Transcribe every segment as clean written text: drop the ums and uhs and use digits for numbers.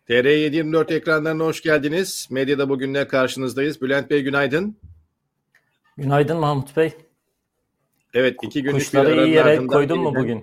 TR724 ekranlarına hoş geldiniz. Medyada bugünler karşınızdayız. Bülent Bey günaydın. Günaydın Mahmut Bey. Evet, 2 günlük Kuşları bir aranın iyi yere ardından koydun mu yeniden... bugün?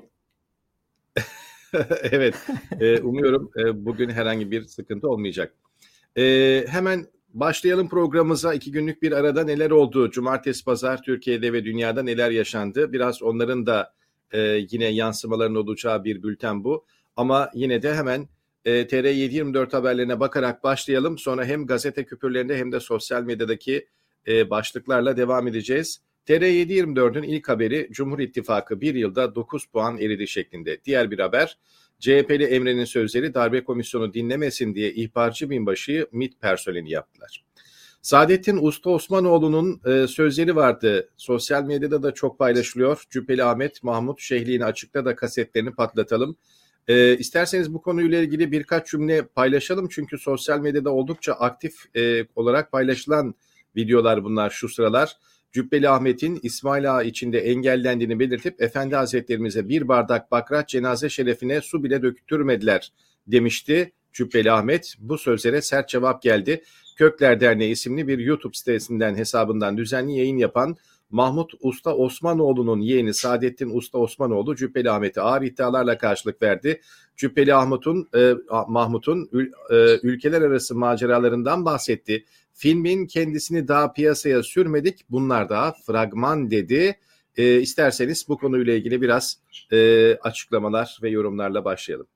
Evet, umuyorum bugün herhangi bir sıkıntı olmayacak. Hemen başlayalım programımıza. 2 günlük bir arada neler oldu? Cumartesi, pazar Türkiye'de ve dünyada neler yaşandı? Biraz onların da yine yansımalarının olacağı bir bülten bu. Ama yine de hemen TR724 haberlerine bakarak başlayalım. Sonra hem gazete küpürlerinde hem de sosyal medyadaki başlıklarla devam edeceğiz. TR724'ün ilk haberi Cumhur İttifakı bir yılda 9 puan eridi şeklinde. Diğer bir haber, CHP'li Emre'nin sözleri darbe komisyonu dinlemesin diye ihbarcı binbaşıyı MİT personeli yaptılar. Saadettin Usta Osmanoğlu'nun sözleri vardı. Sosyal medyada da çok paylaşılıyor. Cübbeli Ahmet Mahmut Şehli'nin açıkla da kasetlerini patlatalım. İsterseniz bu konuyla ilgili birkaç cümle paylaşalım. Çünkü sosyal medyada oldukça aktif olarak paylaşılan videolar bunlar şu sıralar. Cübbeli Ahmet'in İsmail Ağa içinde engellendiğini belirtip Efendi Hazretlerimize bir bardak bakraç cenaze şerefine su bile döktürmediler demişti Cübbeli Ahmet. Bu sözlere sert cevap geldi. Kökler Derneği isimli bir YouTube sitesinden hesabından düzenli yayın yapan Mahmut Usta Osmanoğlu'nun yeğeni Saadettin Usta Osmanoğlu Cübbeli Ahmet'e ağır iddialarla karşılık verdi. Cübbeli Mahmut'un ülkeler arası maceralarından bahsetti. Filmin kendisini daha piyasaya sürmedik, bunlar daha fragman dedi. İsterseniz bu konuyla ilgili biraz açıklamalar ve yorumlarla başlayalım.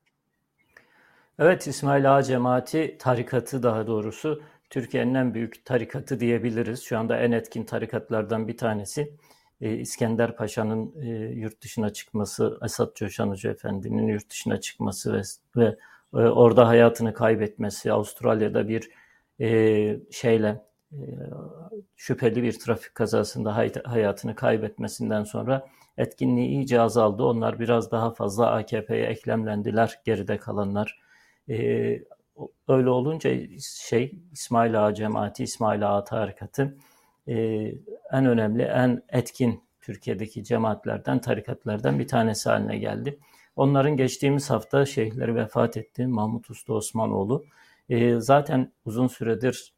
Evet, İsmail Ağa Cemaati tarikatı, daha doğrusu Türkiye'nin en büyük tarikatı diyebiliriz. Şu anda en etkin tarikatlardan bir tanesi. İskender Paşa'nın yurt dışına çıkması, Esat Coşan Hoca Efendi'nin yurt dışına çıkması ve orada hayatını kaybetmesi, Avustralya'da bir şüpheli bir trafik kazasında hayatını kaybetmesinden sonra etkinliği iyice azaldı. Onlar biraz daha fazla AKP'ye eklemlendiler, geride kalanlar. Öyle olunca İsmail Ağa Cemaati, İsmail Ağa tarikatı en önemli, en etkin Türkiye'deki cemaatlerden, tarikatlardan bir tanesi haline geldi. Onların geçtiğimiz hafta şeyhleri vefat etti. Mahmut Usta Osmanoğlu. Zaten uzun süredir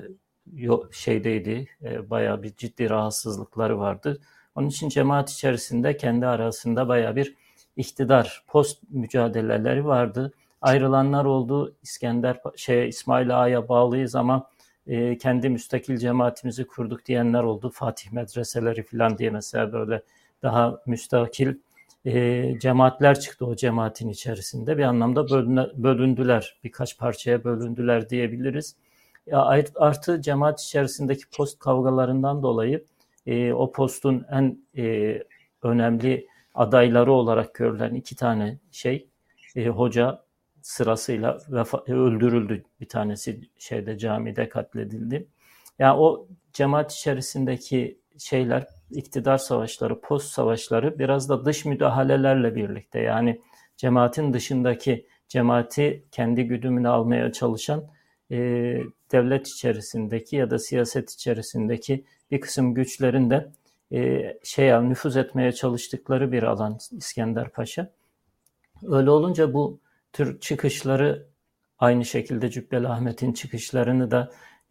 bayağı bir ciddi rahatsızlıkları vardı. Onun için cemaat içerisinde kendi arasında bayağı bir iktidar, post mücadeleleri vardı. Ayrılanlar oldu. İsmail Ağa'ya bağlıyız ama kendi müstakil cemaatimizi kurduk diyenler oldu. Fatih medreseleri falan diye mesela böyle daha müstakil cemaatler çıktı o cemaatin içerisinde. Bir anlamda bölündüler. Birkaç parçaya bölündüler diyebiliriz. Artı cemaat içerisindeki post kavgalarından dolayı o postun en önemli adayları olarak görülen 2 tane hoca sırasıyla öldürüldü. Bir tanesi camide katledildi. Yani o cemaat içerisindeki iktidar savaşları, post savaşları biraz da dış müdahalelerle birlikte, yani cemaatin dışındaki, cemaati kendi güdümüne almaya çalışan devlet içerisindeki ya da siyaset içerisindeki bir kısım güçlerin de nüfuz etmeye çalıştıkları bir alan İskender Paşa. Öyle olunca bu tür çıkışları, aynı şekilde Cübbeli Ahmet'in çıkışlarını da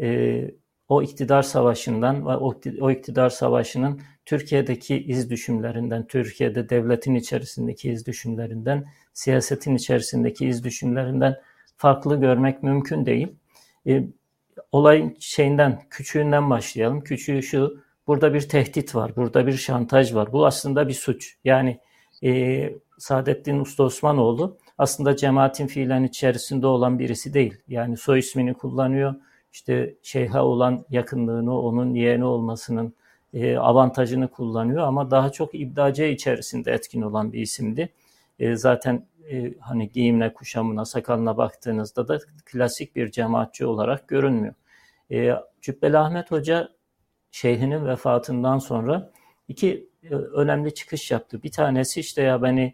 o iktidar savaşından ve o iktidar savaşının Türkiye'deki iz düşümlerinden, Türkiye'de devletin içerisindeki iz düşümlerinden, siyasetin içerisindeki iz düşümlerinden farklı görmek mümkün değil. Olayın küçüğünden başlayalım. Küçüğü şu: burada bir tehdit var, burada bir şantaj var. Bu aslında bir suç. Yani Saadettin Usta Osmanoğlu aslında cemaatin fiilen içerisinde olan birisi değil. Yani soy ismini kullanıyor. İşte şeyha olan yakınlığını, onun yeğeni olmasının avantajını kullanıyor ama daha çok İbdace içerisinde etkin olan bir isimdi. Zaten hani giyimine, kuşamına, sakalına baktığınızda da klasik bir cemaatçi olarak görünmüyor. Cübbeli Ahmet Hoca şeyhinin vefatından sonra 2 önemli çıkış yaptı. Bir tanesi beni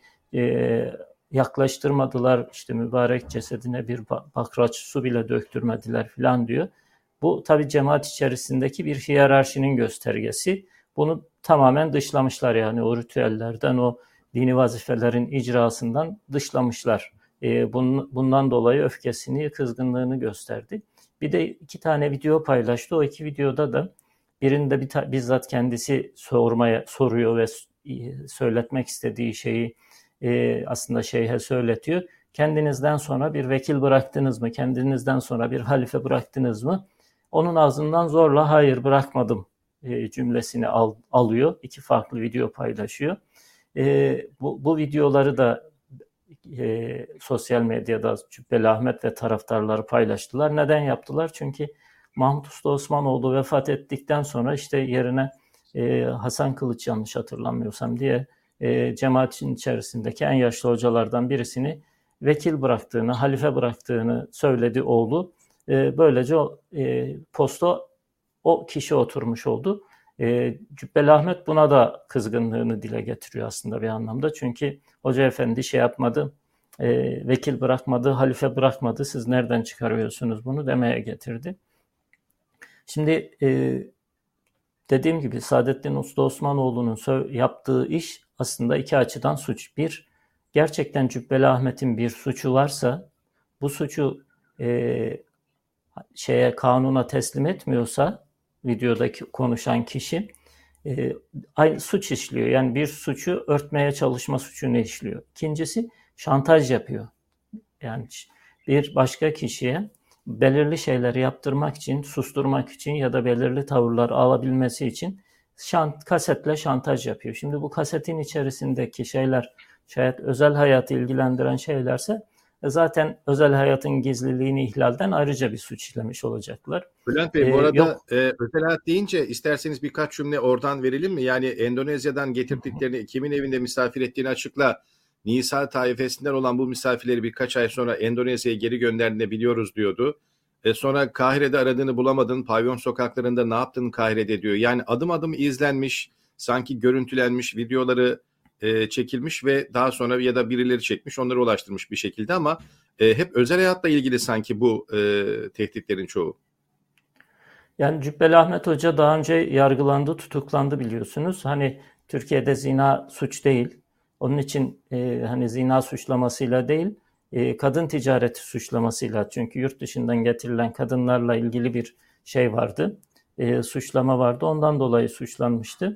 yaklaştırmadılar, mübarek cesedine bir bakraç su bile döktürmediler falan diyor. Bu tabii cemaat içerisindeki bir hiyerarşinin göstergesi. Bunu tamamen dışlamışlar, yani o ritüellerden, o dini vazifelerin icrasından dışlamışlar. bundan dolayı öfkesini, kızgınlığını gösterdi. Bir de 2 tane video paylaştı. O 2 videoda da birinde bizzat kendisi soruyor ve söyletmek istediği şeyi aslında şeyhe söyletiyor. Kendinizden sonra bir vekil bıraktınız mı? Kendinizden sonra bir halife bıraktınız mı? Onun ağzından zorla hayır bırakmadım cümlesini alıyor. 2 farklı video paylaşıyor. Bu videoları da sosyal medyada Cübbeli Ahmet ve taraftarları paylaştılar. Neden yaptılar? Çünkü Mahmut Usta Osmanoğlu vefat ettikten sonra işte yerine Hasan Kılıç, yanlış hatırlamıyorsam diye cemaatin içerisindeki en yaşlı hocalardan birisini vekil bıraktığını, halife bıraktığını söyledi oğlu. Böylece posta o kişi oturmuş oldu. Cübbeli Ahmet buna da kızgınlığını dile getiriyor aslında bir anlamda. Çünkü Hoca Efendi şey yapmadı, vekil bırakmadı, halife bırakmadı. Siz nereden çıkarıyorsunuz bunu demeye getirdi. Şimdi dediğim gibi Saadettin Usta Osmanoğlu'nun yaptığı iş aslında 2 açıdan suç. Bir, gerçekten Cübbeli Ahmet'in bir suçu varsa, bu suçu kanuna teslim etmiyorsa videodaki konuşan kişi aynı suç işliyor. Yani bir suçu örtmeye çalışma suçunu işliyor. İkincisi, şantaj yapıyor. Yani bir başka kişiye belirli şeyleri yaptırmak için, susturmak için ya da belirli tavırlar alabilmesi için kasetle şantaj yapıyor. Şimdi bu kasetin içerisindeki şeyler şayet özel hayatı ilgilendiren şeylerse zaten özel hayatın gizliliğini ihlalden ayrıca bir suç işlemiş olacaklar. Bülent Bey, bu arada özel hayat deyince isterseniz birkaç cümle oradan verelim mi? Yani Endonezya'dan getirdiklerini, kimin evinde misafir ettiğini açıkla. Nisa taifesinden olan bu misafirleri birkaç ay sonra Endonezya'ya geri gönderdiğini biliyoruz diyordu. Sonra Kahire'de aradığını bulamadın, pavyon sokaklarında ne yaptın Kahire'de diyor. Yani adım adım izlenmiş, sanki görüntülenmiş, videoları çekilmiş ve daha sonra ya da birileri çekmiş, onları ulaştırmış bir şekilde ama hep özel hayatla ilgili sanki bu tehditlerin çoğu. Yani Cübbeli Ahmet Hoca daha önce yargılandı, tutuklandı biliyorsunuz. Hani Türkiye'de zina suç değil. Onun için hani zina suçlamasıyla değil, kadın ticareti suçlamasıyla. Çünkü yurt dışından getirilen kadınlarla ilgili bir şey vardı, suçlama vardı. Ondan dolayı suçlanmıştı.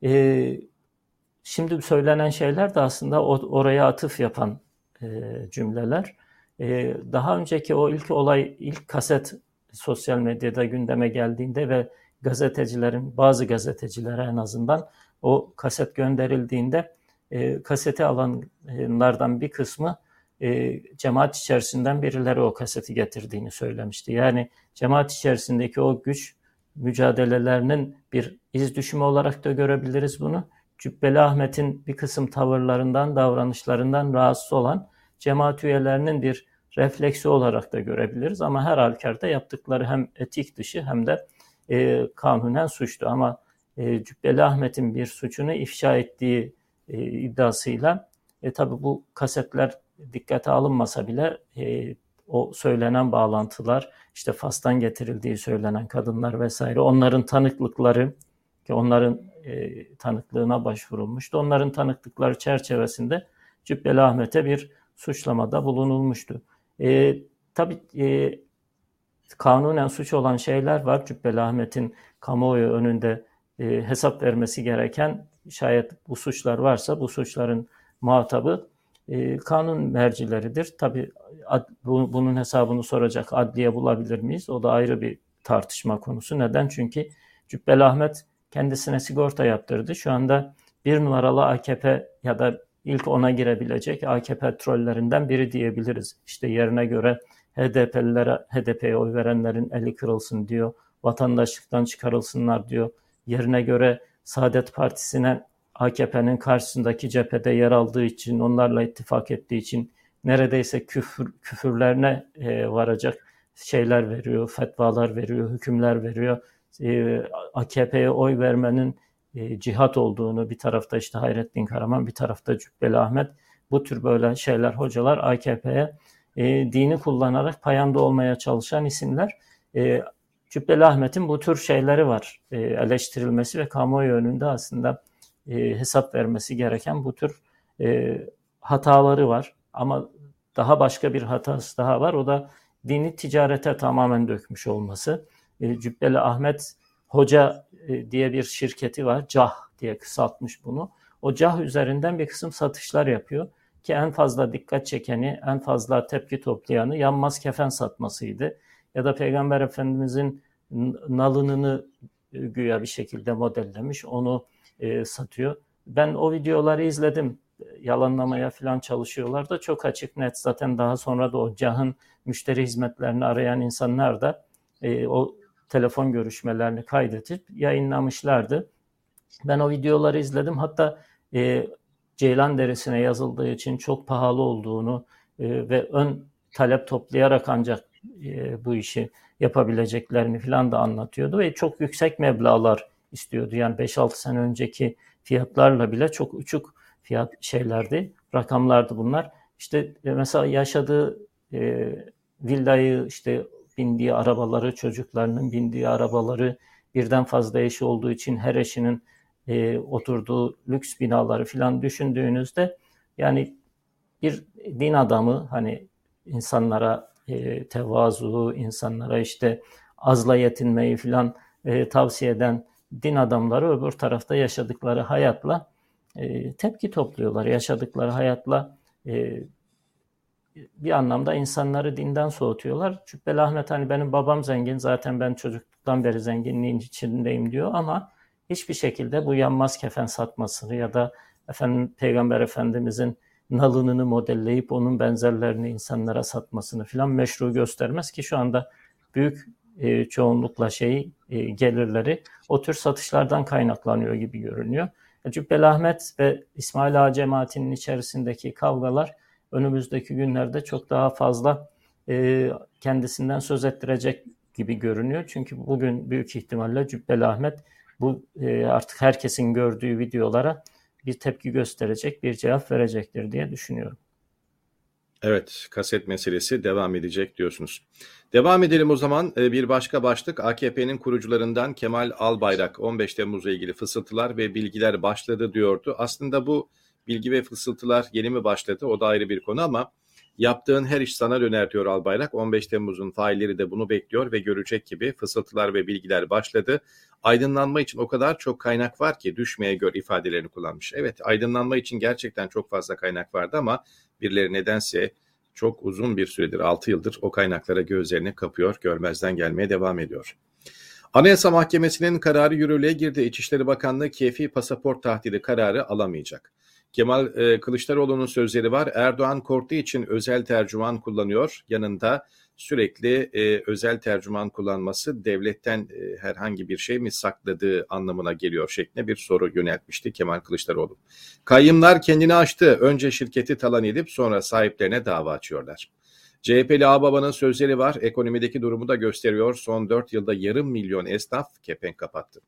Şimdi söylenen şeyler de aslında oraya atıf yapan cümleler. Daha önceki o ilk kaset sosyal medyada gündeme geldiğinde ve bazı gazetecilere en azından o kaset gönderildiğinde kaseti alanlardan bir kısmı cemaat içerisinden birileri o kaseti getirdiğini söylemişti. Yani cemaat içerisindeki o güç mücadelelerinin bir iz düşümü olarak da görebiliriz bunu. Cübbeli Ahmet'in bir kısım tavırlarından, davranışlarından rahatsız olan cemaat üyelerinin bir refleksi olarak da görebiliriz. Ama her halükarda yaptıkları hem etik dışı hem de kanunen suçtu. Ama Cübbeli Ahmet'in bir suçunu ifşa ettiği iddiasıyla tabii bu kasetler dikkate alınmasa bile o söylenen bağlantılar, işte Fas'tan getirildiği söylenen kadınlar vesaire, onların tanıklıkları ki onların tanıklığına başvurulmuştu. Onların tanıklıkları çerçevesinde Cübbeli Ahmet'e bir suçlamada bulunulmuştu. Tabii kanunen suç olan şeyler var. Cübbeli Ahmet'in kamuoyu önünde hesap vermesi gereken, şayet bu suçlar varsa bu suçların muhatabı kanun mercileridir. Tabii bunun hesabını soracak adliye bulabilir miyiz? O da ayrı bir tartışma konusu. Neden? Çünkü Cübbeli Ahmet kendisine sigorta yaptırdı. Şu anda 1 numaralı AKP ya da ilk 10'a girebilecek AKP trollerinden biri diyebiliriz. İşte yerine göre HDP'ye oy verenlerin eli kırılsın diyor. Vatandaşlıktan çıkarılsınlar diyor. Yerine göre Saadet Partisi'ne AKP'nin karşısındaki cephede yer aldığı için, onlarla ittifak ettiği için neredeyse küfürlerine varacak şeyler veriyor, fetvalar veriyor, hükümler veriyor. AKP'ye oy vermenin cihat olduğunu, bir tarafta işte Hayrettin Karaman, bir tarafta Cübbeli Ahmet, bu tür böyle şeyler, hocalar AKP'ye dini kullanarak payanda olmaya çalışan isimler. Cübbeli Ahmet'in bu tür şeyleri var, eleştirilmesi ve kamuoyu önünde aslında hesap vermesi gereken bu tür hataları var. Ama daha başka bir hatası daha var. O da dini ticarete tamamen dökmüş olması. Cübbeli Ahmet Hoca diye bir şirketi var. CAH diye kısaltmış bunu. O CAH üzerinden bir kısım satışlar yapıyor. Ki en fazla dikkat çekeni, en fazla tepki toplayanı yanmaz kefen satmasıydı. Ya da Peygamber Efendimizin nalınını güya bir şekilde modellemiş, onu satıyor. Ben o videoları izledim. Yalanlamaya falan çalışıyorlar da çok açık net. Zaten daha sonra da o CAH'ın müşteri hizmetlerini arayan insanlar da o telefon görüşmelerini kaydedip yayınlamışlardı. Ben o videoları izledim. Hatta Ceylan Deresi'ne yazıldığı için çok pahalı olduğunu ve ön talep toplayarak ancak bu işi yapabileceklerini falan da anlatıyordu ve çok yüksek meblağlar istiyordu. Yani 5-6 sene önceki fiyatlarla bile çok uçuk fiyat şeylerdi, rakamlardı bunlar. İşte mesela yaşadığı villayı, işte bindiği arabaları, çocuklarının bindiği arabaları, birden fazla eşi olduğu için her eşinin oturduğu lüks binaları falan düşündüğünüzde, yani bir din adamı, hani insanlara tevazu, insanlara işte azla yetinmeyi falan tavsiye eden din adamları öbür tarafta yaşadıkları hayatla tepki topluyorlar. Yaşadıkları hayatla bir anlamda insanları dinden soğutuyorlar. Cübbeli Ahmet hani benim babam zengin, zaten ben çocukluktan beri zenginliğin içindeyim diyor ama hiçbir şekilde bu yanmaz kefen satmasını ya da Peygamber Efendimizin nalınını modelleyip onun benzerlerini insanlara satmasını falan meşru göstermez ki şu anda büyük çoğunlukla gelirleri o tür satışlardan kaynaklanıyor gibi görünüyor. Cübbeli Ahmet ve İsmail Ağa cemaatinin içerisindeki kavgalar önümüzdeki günlerde çok daha fazla kendisinden söz ettirecek gibi görünüyor. Çünkü bugün büyük ihtimalle Cübbeli Ahmet bu artık herkesin gördüğü videolara bir tepki gösterecek, bir cevap verecektir diye düşünüyorum. Evet, kaset meselesi devam edecek diyorsunuz. Devam edelim o zaman. Bir başka başlık, AKP'nin kurucularından Kemal Albayrak 15 Temmuz'la ilgili fısıltılar ve bilgiler başladı diyordu. Aslında bu bilgi ve fısıltılar yeni mi başladı, o da ayrı bir konu ama yaptığın her iş sana döner diyor Albayrak. 15 Temmuz'un failleri de bunu bekliyor ve görecek gibi fısıltılar ve bilgiler başladı. Aydınlanma için o kadar çok kaynak var ki düşmeye gör ifadelerini kullanmış. Evet, aydınlanma için gerçekten çok fazla kaynak vardı ama birileri nedense çok uzun bir süredir, 6 yıldır o kaynaklara gözlerini kapıyor, görmezden gelmeye devam ediyor. Anayasa Mahkemesi'nin kararı yürürlüğe girdi. İçişleri Bakanlığı keyfi pasaport tahdidi kararı alamayacak. Kemal Kılıçdaroğlu'nun sözleri var. Erdoğan korktuğu için özel tercüman kullanıyor. Yanında sürekli özel tercüman kullanması devletten herhangi bir şey mi sakladığı anlamına geliyor şeklinde bir soru yöneltmişti Kemal Kılıçdaroğlu. Kayyımlar kendini aştı. Önce şirketi talan edip sonra sahiplerine dava açıyorlar. CHP'li Ağbaba'nın sözleri var. Ekonomideki durumu da gösteriyor. Son 4 yılda yarım milyon esnaf kepenk kapattı.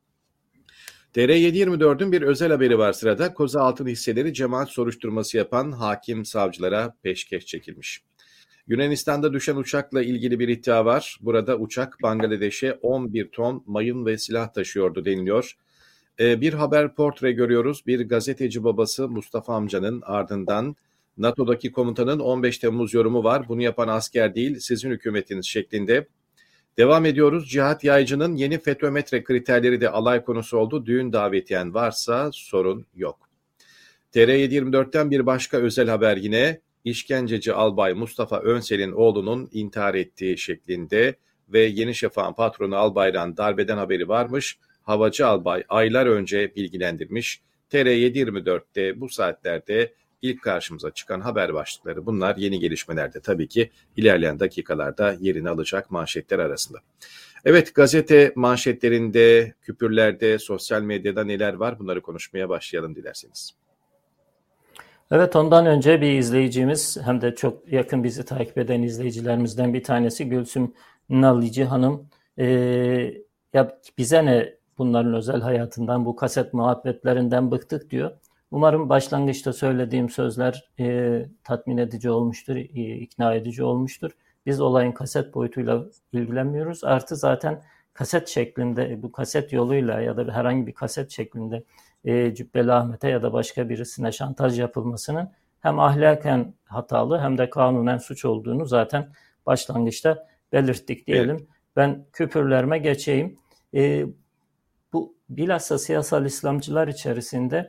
TR724'ün bir özel haberi var sırada. Koza Altın hisseleri cemaat soruşturması yapan hakim savcılara peşkeş çekilmiş. Yunanistan'da düşen uçakla ilgili bir iddia var. Burada uçak Bangladeş'e 11 ton mayın ve silah taşıyordu deniliyor. Bir haber portre görüyoruz. Bir gazeteci babası Mustafa amcanın, ardından NATO'daki komutanın 15 Temmuz yorumu var. Bunu yapan asker değil, sizin hükümetiniz şeklinde. Devam ediyoruz. Cihat Yaycı'nın yeni FETÖ-METRE kriterleri de alay konusu oldu. Düğün davetiyen varsa sorun yok. TR724'ten bir başka özel haber yine. İşkenceci albay Mustafa Önsel'in oğlunun intihar ettiği şeklinde ve Yeni Şafak'ın patronu Albayrak'ın darbeden haberi varmış. Havacı albay aylar önce bilgilendirmiş. TR724'te bu saatlerde ilk karşımıza çıkan haber başlıkları bunlar. Yeni gelişmelerde tabii ki ilerleyen dakikalarda yerini alacak manşetler arasında. Evet, gazete manşetlerinde, küpürlerde, sosyal medyada neler var, bunları konuşmaya başlayalım dilerseniz. Evet, ondan önce bir izleyicimiz, hem de çok yakın bizi takip eden izleyicilerimizden bir tanesi Gülsüm Nalici Hanım, ya bize ne bunların özel hayatından, bu kaset muhabbetlerinden bıktık diyor. Umarım başlangıçta söylediğim sözler tatmin edici olmuştur, ikna edici olmuştur. Biz olayın kaset boyutuyla ilgilenmiyoruz. Artı zaten kaset şeklinde, bu kaset yoluyla ya da herhangi bir kaset şeklinde Cübbeli Ahmet'e ya da başka birisine şantaj yapılmasının hem ahlaken hatalı hem de kanunen suç olduğunu zaten başlangıçta belirttik diyelim. Evet. Ben küpürlerime geçeyim. Bu bilhassa siyasal İslamcılar içerisinde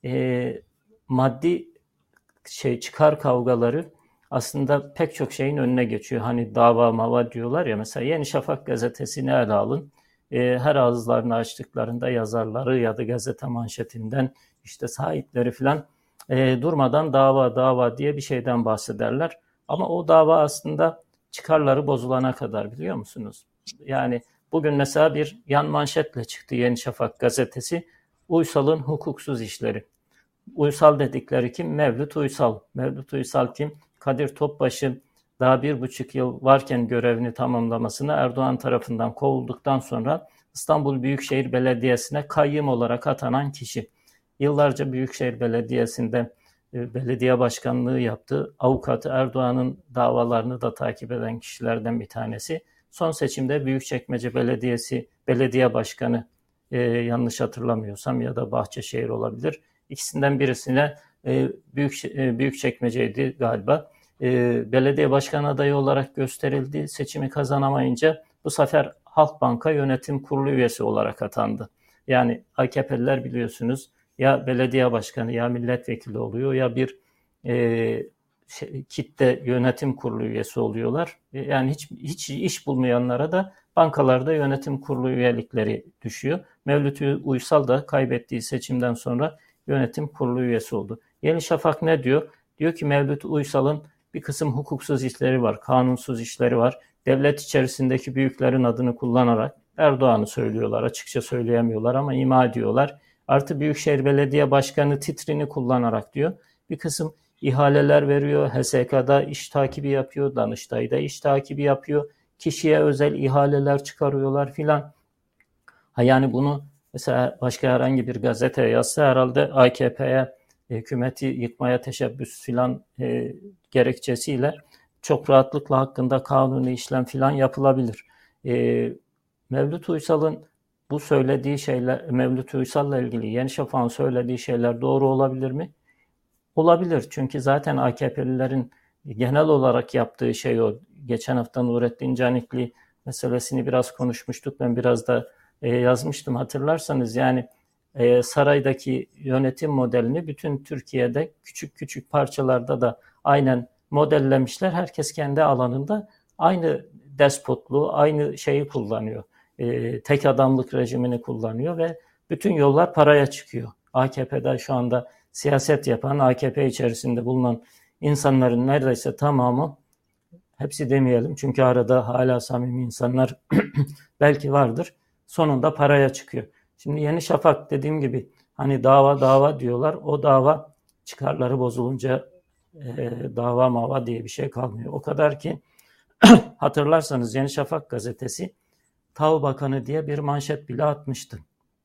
maddi çıkar kavgaları aslında pek çok şeyin önüne geçiyor. Hani dava mava diyorlar ya, mesela Yeni Şafak gazetesini ele alın. Her ağızlarını açtıklarında yazarları ya da gazete manşetinden işte sahipleri falan durmadan dava diye bir şeyden bahsederler. Ama o dava aslında çıkarları bozulana kadar, biliyor musunuz? Yani bugün mesela bir yan manşetle çıktı Yeni Şafak gazetesi. Uysal'ın hukuksuz işleri. Uysal dedikleri kim? Mevlüt Uysal. Mevlüt Uysal kim? Kadir Topbaşı daha 1,5 yıl varken görevini tamamlamasına Erdoğan tarafından kovulduktan sonra İstanbul Büyükşehir Belediyesi'ne kayyım olarak atanan kişi. Yıllarca Büyükşehir Belediyesi'nde belediye başkanlığı yaptı. Avukatı, Erdoğan'ın davalarını da takip eden kişilerden bir tanesi. Son seçimde Büyükçekmece Belediyesi belediye başkanı, yanlış hatırlamıyorsam, ya da Bahçeşehir olabilir. İkisinden birisine Büyükçekmece'ydi galiba. Belediye başkanı adayı olarak gösterildi. Seçimi kazanamayınca bu sefer Halkbanka Yönetim Kurulu üyesi olarak atandı. Yani AKP'liler biliyorsunuz ya belediye başkanı ya milletvekili oluyor ya bir kitle yönetim kurulu üyesi oluyorlar. Yani hiç iş bulmayanlara da bankalarda yönetim kurulu üyelikleri düşüyor. Mevlüt Uysal da kaybettiği seçimden sonra yönetim kurulu üyesi oldu. Yeni Şafak ne diyor? Diyor ki Mevlüt Uysal'ın bir kısım hukuksuz işleri var, kanunsuz işleri var. Devlet içerisindeki büyüklerin adını kullanarak Erdoğan'ı söylüyorlar. Açıkça söyleyemiyorlar ama ima ediyorlar. Artı Büyükşehir Belediye Başkanı titrini kullanarak diyor. Bir kısım ihaleler veriyor. HSK'da iş takibi yapıyor. Danıştay'da iş takibi yapıyor. Kişiye özel ihaleler çıkarıyorlar filan. Yani bunu mesela başka herhangi bir gazete yazsa herhalde AKP'ye hükümeti yıkmaya teşebbüs filan gerekçesiyle çok rahatlıkla hakkında kanuni işlem filan yapılabilir. Mevlüt Uysal'ın bu söylediği şeyler, Mevlüt Uysal'la ilgili Yeni Şafak'ın söylediği şeyler doğru olabilir mi? Olabilir. Çünkü zaten AKP'lilerin genel olarak yaptığı şey o. Geçen hafta Nurettin Canikli meselesini biraz konuşmuştuk. Ben biraz da yazmıştım, hatırlarsanız. Yani saraydaki yönetim modelini bütün Türkiye'de küçük küçük parçalarda da aynen modellemişler. Herkes kendi alanında aynı despotluğu, aynı şeyi kullanıyor. Tek adamlık rejimini kullanıyor ve bütün yollar paraya çıkıyor. AKP'de şu anda siyaset yapan, AKP içerisinde bulunan insanların neredeyse tamamı, hepsi demeyelim çünkü arada hala samimi insanlar belki vardır, sonunda paraya çıkıyor. Şimdi Yeni Şafak, dediğim gibi, hani dava diyorlar. O dava çıkarları bozulunca dava mava diye bir şey kalmıyor. O kadar ki hatırlarsanız Yeni Şafak gazetesi TAV Bakanı diye bir manşet bile atmıştı.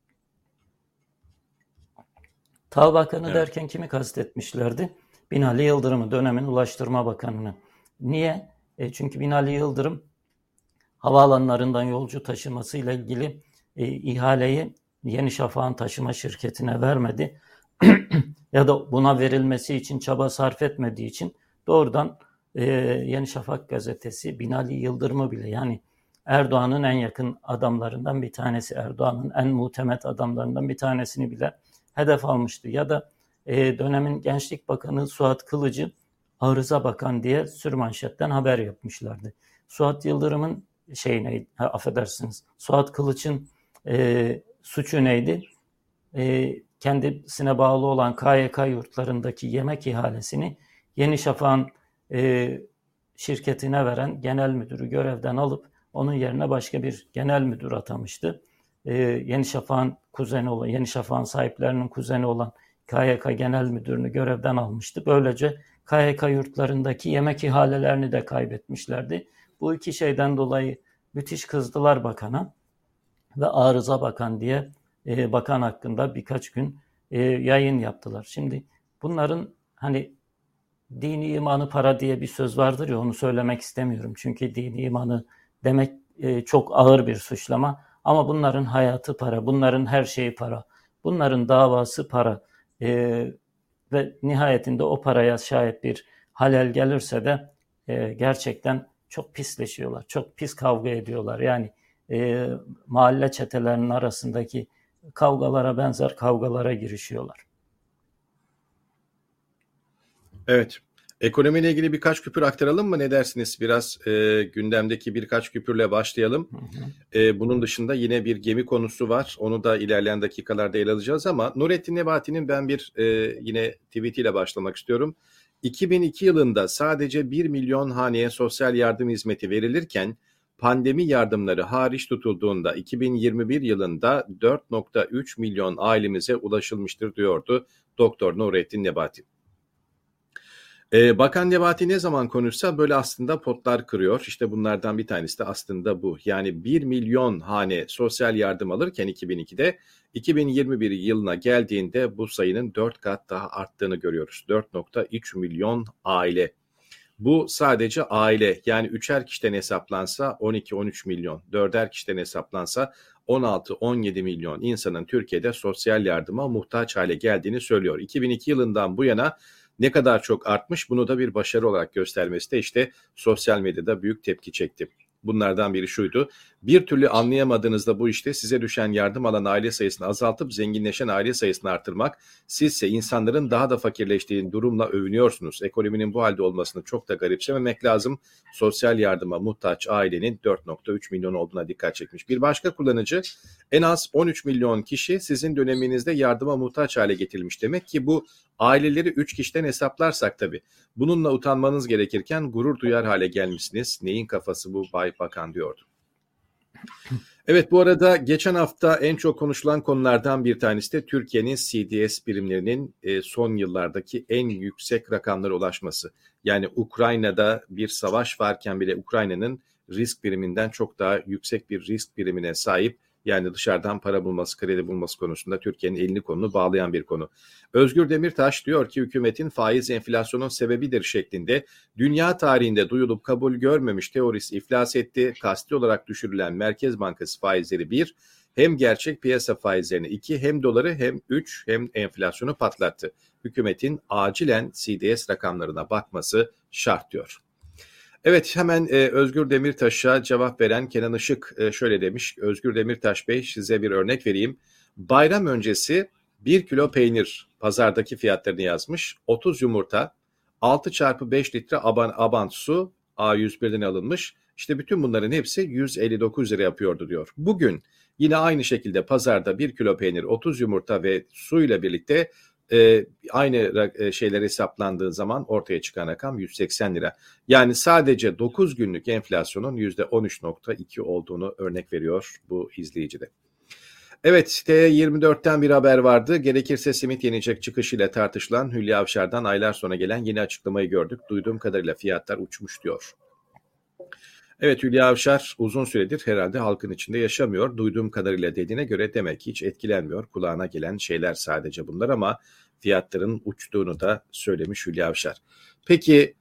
TAV Bakanı evet derken kimi kastetmişlerdi? Binali Yıldırım'ı, dönemin Ulaştırma Bakanı'nı. Niye? Çünkü Binali Yıldırım havaalanlarından yolcu taşımasıyla ilgili ihaleyi Yeni Şafak'ın taşıma şirketine vermedi. Ya da buna verilmesi için çaba sarf etmediği için doğrudan Yeni Şafak gazetesi Binali Yıldırım'ı bile, yani Erdoğan'ın en yakın adamlarından bir tanesi, Erdoğan'ın en muhtemet adamlarından bir tanesini bile hedef almıştı. Ya da dönemin Gençlik Bakanı Suat Kılıç'ı Arıza Bakan diye sürmanşetten haber yapmışlardı. Suat Yıldırım'ın Suat Kılıç'ın suçu neydi? Kendisine bağlı olan KYK yurtlarındaki yemek ihalesini Yeni Şafak'ın şirketine veren genel müdürü görevden alıp onun yerine başka bir genel müdür atamıştı. Yeni Şafak'ın kuzeni olan, Yeni Şafak'ın sahiplerinin kuzeni olan KYK genel müdürünü görevden almıştı. Böylece KYK yurtlarındaki yemek ihalelerini de kaybetmişlerdi. Bu iki şeyden dolayı müthiş kızdılar bakana ve Arıza Bakan diye bakan hakkında birkaç gün yayın yaptılar. Şimdi bunların hani dini imanı para diye bir söz vardır ya, onu söylemek istemiyorum. Çünkü dini imanı demek çok ağır bir suçlama. Ama bunların hayatı para, bunların her şeyi para, bunların davası para. ve nihayetinde o paraya şayet bir halel gelirse de gerçekten çok pisleşiyorlar. Çok pis kavga ediyorlar. Yani mahalle çetelerinin arasındaki kavgalara benzer kavgalara girişiyorlar. Evet. Ekonomiyle ilgili birkaç küpür aktaralım mı? Ne dersiniz? Biraz gündemdeki birkaç küpürle başlayalım. Bunun dışında yine bir gemi konusu var. Onu da ilerleyen dakikalarda ele alacağız ama Nurettin Nebati'nin ben bir yine tweetiyle başlamak istiyorum. 2002 yılında sadece 1 milyon haneye sosyal yardım hizmeti verilirken pandemi yardımları hariç tutulduğunda 2021 yılında 4,3 milyon ailemize ulaşılmıştır diyordu Doktor Nurettin Nebati. Bakan Nebati ne zaman konuşsa böyle aslında potlar kırıyor. İşte bunlardan bir tanesi de aslında bu. Yani 1 milyon hane sosyal yardım alırken 2002'de 2021 yılına geldiğinde bu sayının 4 kat daha arttığını görüyoruz. 4,3 milyon aile. Bu sadece aile, yani 3'er kişiden hesaplansa 12-13 milyon, 4'er kişiden hesaplansa 16-17 milyon insanın Türkiye'de sosyal yardıma muhtaç hale geldiğini söylüyor. 2002 yılından bu yana ne kadar çok artmış, bunu da bir başarı olarak göstermesi de işte sosyal medyada büyük tepki çekti. Bunlardan biri şuydu: bir türlü anlayamadığınızda bu işte size düşen yardım alan aile sayısını azaltıp zenginleşen aile sayısını artırmak, sizse insanların daha da fakirleştiği durumla övünüyorsunuz. Ekonominin bu halde olmasını çok da garipsememek lazım. Sosyal yardıma muhtaç ailenin 4,3 milyon olduğuna dikkat çekmiş. Bir başka kullanıcı, en az 13 milyon kişi sizin döneminizde yardıma muhtaç hale getirilmiş demek ki bu aileleri 3 kişiden hesaplarsak tabii. Bununla utanmanız gerekirken gurur duyar hale gelmişsiniz. Neyin kafası bu Bay Bakan diyordu. Evet, bu arada geçen hafta en çok konuşulan konulardan bir tanesi de Türkiye'nin CDS birimlerinin son yıllardaki en yüksek rakamlara ulaşması. Yani Ukrayna'da bir savaş varken bile Ukrayna'nın risk biriminden çok daha yüksek bir risk birimine sahip. Yani dışarıdan para bulması, kredi bulması konusunda Türkiye'nin elini kolunu bağlayan bir konu. Özgür Demirtaş diyor ki hükümetin faiz enflasyonun sebebidir şeklinde dünya tarihinde duyulup kabul görmemiş teorisi iflas etti. Kasti olarak düşürülen Merkez Bankası faizleri 1, hem gerçek piyasa faizlerini 2, hem doları hem 3 hem enflasyonu patlattı. Hükümetin acilen CDS rakamlarına bakması şart diyor. Evet, hemen Özgür Demirtaş'a cevap veren Kenan Işık şöyle demiş. Özgür Demirtaş Bey, size bir örnek vereyim. Bayram öncesi 1 kilo peynir pazardaki fiyatlarını yazmış. 30 yumurta, 6x5 litre Abant su A101'den alınmış. İşte bütün bunların hepsi 159 lira yapıyordu diyor. Bugün yine aynı şekilde pazarda 1 kilo peynir, 30 yumurta ve su ile birlikte aynı şeyler hesaplandığı zaman ortaya çıkan rakam 180 lira. Yani sadece 9 günlük enflasyonun %13,2 olduğunu örnek veriyor bu izleyicide. Evet, T24'ten bir haber vardı. Gerekirse simit yenecek çıkışıyla tartışılan Hülya Avşar'dan aylar sonra gelen yeni açıklamayı gördük. Duyduğum kadarıyla fiyatlar uçmuş diyor. Evet, Hülya Avşar uzun süredir herhalde halkın içinde yaşamıyor. Duyduğum kadarıyla dediğine göre demek ki hiç etkilenmiyor. Kulağına gelen şeyler sadece bunlar ama fiyatların uçtuğunu da söylemiş Hülya Avşar. Peki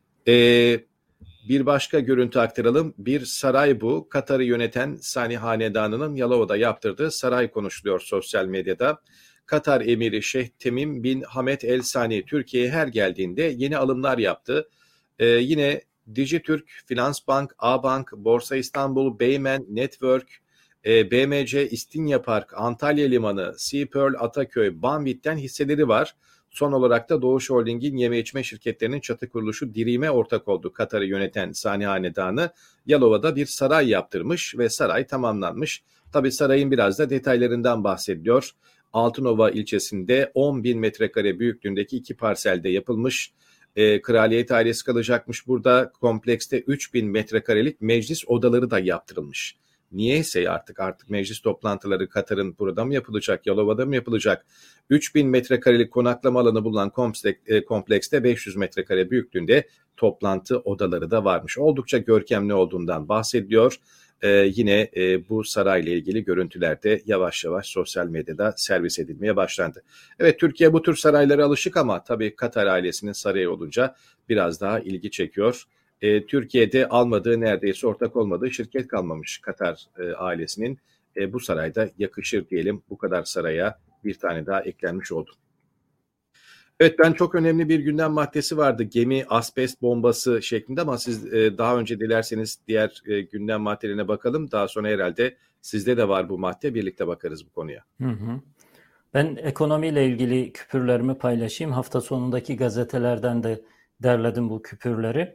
bir başka görüntü aktaralım. Bir saray bu. Katar'ı yöneten Sani Hanedanı'nın Yalova'da yaptırdığı saray konuşuluyor sosyal medyada. Katar emiri Şeyh Temim bin Hamed El Sani Türkiye'ye her geldiğinde yeni alımlar yaptı. Yine Dijitürk, Finansbank, Abank, Borsa İstanbul, Beymen, Network, BMC, İstinye Park, Antalya Limanı, Seapearl, Ataköy, Banvit'ten hisseleri var. Son olarak da Doğuş Holding'in yeme içme şirketlerinin çatı kuruluşu Dirim'e ortak oldu. Katar'ı yöneten Sani Hanedanı Yalova'da bir saray yaptırmış ve saray tamamlanmış. Tabii sarayın biraz da detaylarından bahsediliyor. Altınova ilçesinde 10.000 metrekare büyüklüğündeki 2 parselde yapılmış. Kraliyet ailesi kalacakmış burada. Komplekste 3.000 metrekarelik meclis odaları da yaptırılmış. Niyeyse artık meclis toplantıları Katar'ın burada mı yapılacak, Yalova'da mı yapılacak? 3.000 metrekarelik konaklama alanı bulunan komplekste 500 metrekare büyüklüğünde toplantı odaları da varmış. Oldukça görkemli olduğundan bahsediliyor. Yine bu sarayla ilgili görüntüler de yavaş yavaş sosyal medyada servis edilmeye başlandı. Evet, Türkiye bu tür saraylara alışık ama tabii Katar ailesinin sarayı olunca biraz daha ilgi çekiyor. Türkiye'de almadığı, neredeyse ortak olmadığı şirket kalmamış Katar ailesinin. Bu sarayda yakışır diyelim, bu kadar saraya bir tane daha eklenmiş oldu. Evet, ben çok önemli bir gündem maddesi vardı. Gemi asbest bombası şeklinde ama siz daha önce dilerseniz diğer gündem maddelerine bakalım. Daha sonra herhalde sizde de var bu madde. Birlikte bakarız bu konuya. Hı hı. Ben ekonomiyle ilgili küpürlerimi paylaşayım. Hafta sonundaki gazetelerden de derledim bu küpürleri.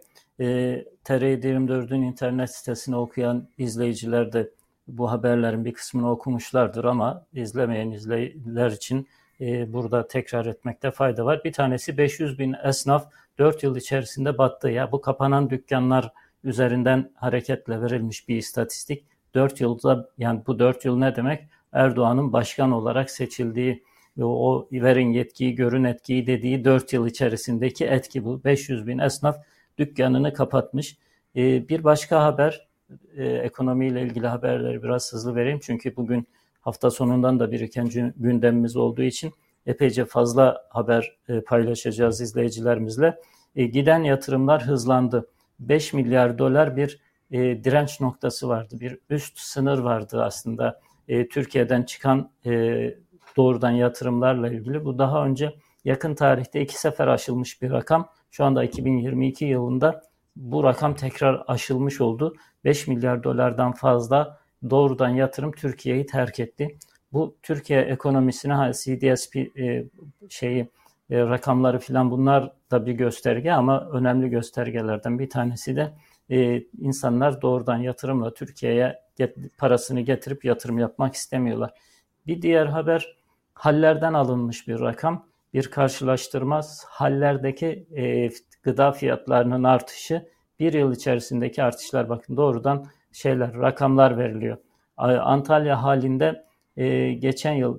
TR24'ün internet sitesini okuyan izleyiciler de bu haberlerin bir kısmını okumuşlardır ama izlemeyen izleyiciler için burada tekrar etmekte fayda var. Bir tanesi 500 bin esnaf 4 yıl içerisinde battı. Ya bu kapanan dükkanlar üzerinden hareketle verilmiş bir istatistik. 4 yılda, yani bu 4 yıl ne demek? Erdoğan'ın başkan olarak seçildiği ve o verin yetkiyi görün etkiyi dediği 4 yıl içerisindeki etki bu. 500 bin esnaf dükkanını kapatmış. Bir başka haber, ekonomiyle ilgili haberleri biraz hızlı vereyim. Çünkü bugün hafta sonundan da biriken gündemimiz olduğu için epeyce fazla haber paylaşacağız izleyicilerimizle. Giden yatırımlar hızlandı. 5 milyar dolar bir direnç noktası vardı. Bir üst sınır vardı aslında. Türkiye'den çıkan doğrudan yatırımlarla ilgili. Bu daha önce yakın tarihte 2 sefer aşılmış bir rakam. Şu anda 2022 yılında bu rakam tekrar aşılmış oldu. 5 milyar dolardan fazla doğrudan yatırım Türkiye'yi terk etti. Bu Türkiye ekonomisine CDSP rakamları filan bunlar da bir gösterge ama önemli göstergelerden bir tanesi de insanlar doğrudan yatırımla Türkiye'ye parasını getirip yatırım yapmak istemiyorlar. Bir diğer haber hallerden alınmış bir rakam. Bir karşılaştırma, hallerdeki gıda fiyatlarının artışı, bir yıl içerisindeki artışlar, bakın doğrudan rakamlar veriliyor. Antalya halinde geçen yıl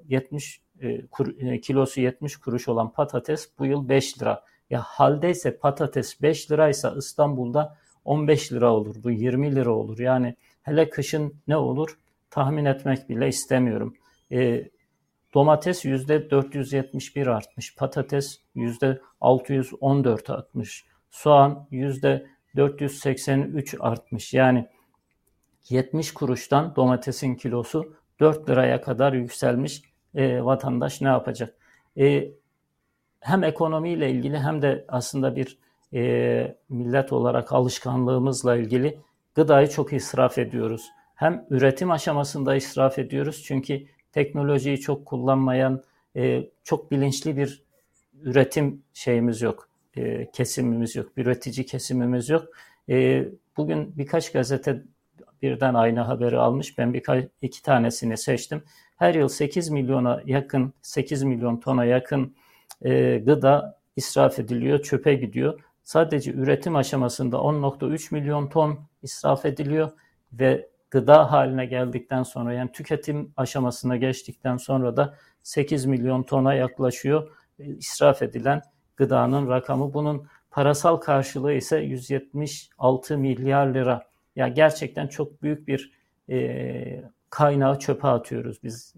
kilosu 70 kuruş olan patates bu yıl 5 lira. Ya haldeyse patates 5 liraysa İstanbul'da 15 lira olurdu, 20 lira olur. Yani hele kışın ne olur tahmin etmek bile istemiyorum. Domates %471 artmış, patates %614 artmış, soğan %483 artmış. Yani 70 kuruştan domatesin kilosu 4 liraya kadar yükselmiş. Vatandaş ne yapacak? Hem ekonomiyle ilgili hem de aslında bir millet olarak alışkanlığımızla ilgili gıdayı çok israf ediyoruz. Hem üretim aşamasında israf ediyoruz çünkü teknolojiyi çok kullanmayan, çok bilinçli bir üretim şeyimiz yok, kesimimiz yok, üretici kesimimiz yok. Bugün birkaç gazete birden aynı haberi almış. Ben iki tanesini seçtim. Her yıl 8 milyon tona yakın gıda israf ediliyor, çöpe gidiyor. Sadece üretim aşamasında 10,3 milyon ton israf ediliyor ve gıda haline geldikten sonra, yani tüketim aşamasına geçtikten sonra da 8 milyon tona yaklaşıyor israf edilen gıdanın rakamı. Bunun parasal karşılığı ise 176 milyar lira. Yani gerçekten çok büyük bir kaynağı çöpe atıyoruz biz.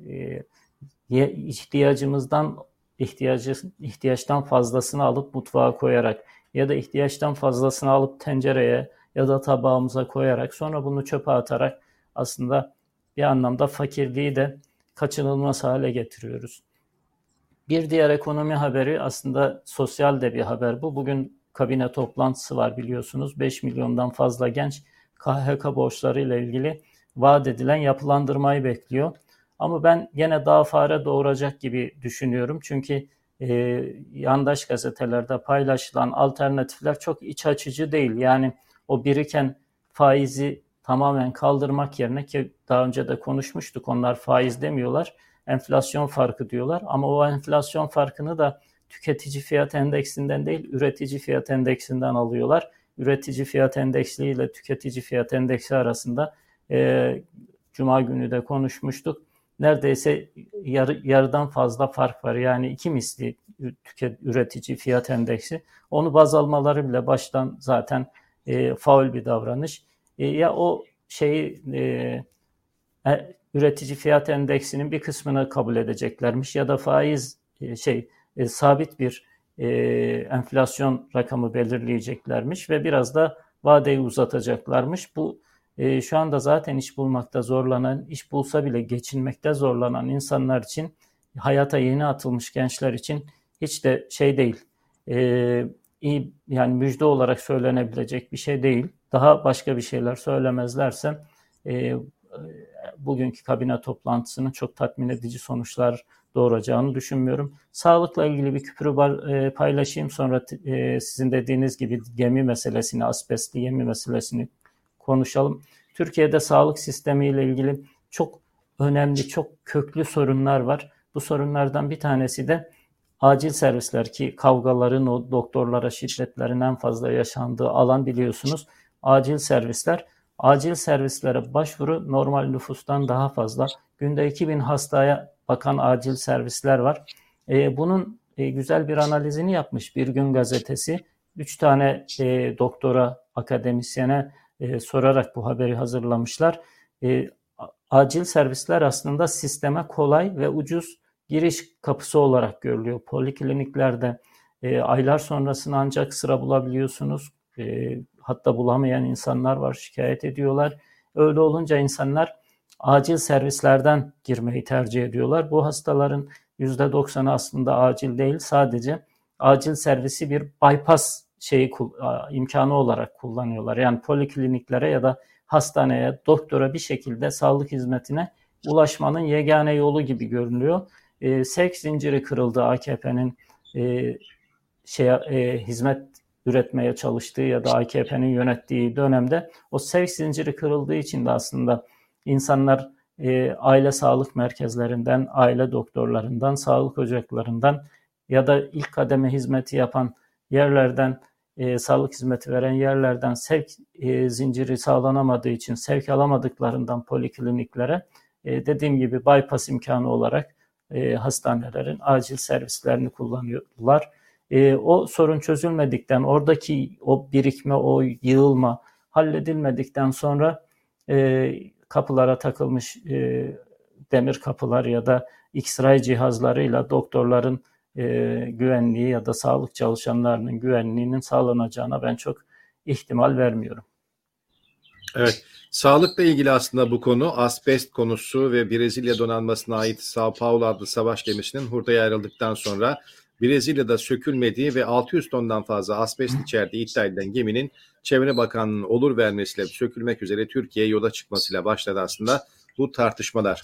İhtiyaçtan fazlasını alıp mutfağa koyarak ya da ihtiyaçtan fazlasını alıp tencereye ya da tabağımıza koyarak sonra bunu çöpe atarak aslında bir anlamda fakirliği de kaçınılmaz hale getiriyoruz. Bir diğer ekonomi haberi aslında sosyal de bir haber bu. Bugün kabine toplantısı var biliyorsunuz. 5 milyondan fazla genç KHK borçlarıyla ilgili vaat edilen yapılandırmayı bekliyor. Ama ben gene daha fare doğuracak gibi düşünüyorum. Çünkü yandaş gazetelerde paylaşılan alternatifler çok iç açıcı değil. Yani o biriken faizi tamamen kaldırmak yerine, ki daha önce de konuşmuştuk, onlar faiz demiyorlar, enflasyon farkı diyorlar. Ama o enflasyon farkını da tüketici fiyat endeksinden değil, üretici fiyat endeksinden alıyorlar. Üretici fiyat endeksi ile tüketici fiyat endeksi arasında Cuma günü de konuşmuştuk. Neredeyse yarıdan fazla fark var. Yani 2 misli üretici fiyat endeksi. Onu baz almaları bile baştan zaten faul bir davranış. Ya o üretici fiyat endeksinin bir kısmını kabul edeceklermiş ya da faiz sabit bir enflasyon rakamı belirleyeceklermiş ve biraz da vadeyi uzatacaklarmış. Bu şu anda zaten iş bulmakta zorlanan, iş bulsa bile geçinmekte zorlanan insanlar için, hayata yeni atılmış gençler için hiç de şey değil. İyi, yani müjde olarak söylenebilecek bir şey değil. Daha başka bir şeyler söylemezlerse bugünkü kabine toplantısının çok tatmin edici sonuçlar doğuracağını düşünmüyorum. Sağlıkla ilgili bir küpürü paylaşayım, sonra sizin dediğiniz gibi gemi meselesini, asbestli gemi meselesini konuşalım. Türkiye'de sağlık sistemiyle ilgili çok önemli, çok köklü sorunlar var. Bu sorunlardan bir tanesi de acil servisler, ki kavgaların, o doktorlara şiddetlerin en fazla yaşandığı alan biliyorsunuz acil servisler. Acil servislere başvuru normal nüfustan daha fazla. Günde 2000 hastaya bakan acil servisler var. Bunun güzel bir analizini yapmış Bir Gün Gazetesi. 3 tane doktora, akademisyene sorarak bu haberi hazırlamışlar. Acil servisler aslında sisteme kolay ve ucuz giriş kapısı olarak görülüyor. Polikliniklerde aylar sonrasını ancak sıra bulabiliyorsunuz. Hatta bulamayan insanlar var, şikayet ediyorlar. Öyle olunca insanlar acil servislerden girmeyi tercih ediyorlar. Bu hastaların %90'ı aslında acil değil, sadece acil servisi bir bypass imkanı olarak kullanıyorlar. Yani polikliniklere ya da hastaneye, doktora bir şekilde sağlık hizmetine ulaşmanın yegane yolu gibi görünüyor. Sevk zinciri kırıldı AKP'nin hizmet üretmeye çalıştığı ya da AKP'nin yönettiği dönemde o sevk zinciri kırıldığı için de aslında insanlar aile sağlık merkezlerinden, aile doktorlarından, sağlık ocaklarından ya da ilk kademe hizmeti yapan yerlerden, sağlık hizmeti veren yerlerden sevk zinciri sağlanamadığı için sevk alamadıklarından polikliniklere dediğim gibi bypass imkanı olarak hastanelerin acil servislerini kullanıyorlar. O sorun çözülmedikten, oradaki o birikme, o yığılma halledilmedikten sonra kapılara takılmış demir kapılar ya da X-ray cihazlarıyla doktorların güvenliği ya da sağlık çalışanlarının güvenliğinin sağlanacağına ben çok ihtimal vermiyorum. Evet, sağlıkla ilgili aslında bu konu, asbest konusu ve Brezilya donanmasına ait Sao Paulo adlı savaş gemisinin hurdaya ayrıldıktan sonra Brezilya'da sökülmediği ve 600 tondan fazla asbest içerdiği iddia edilen geminin Çevre Bakanlığı'nın olur vermesiyle sökülmek üzere Türkiye'ye yola çıkmasıyla başladı aslında bu tartışmalar.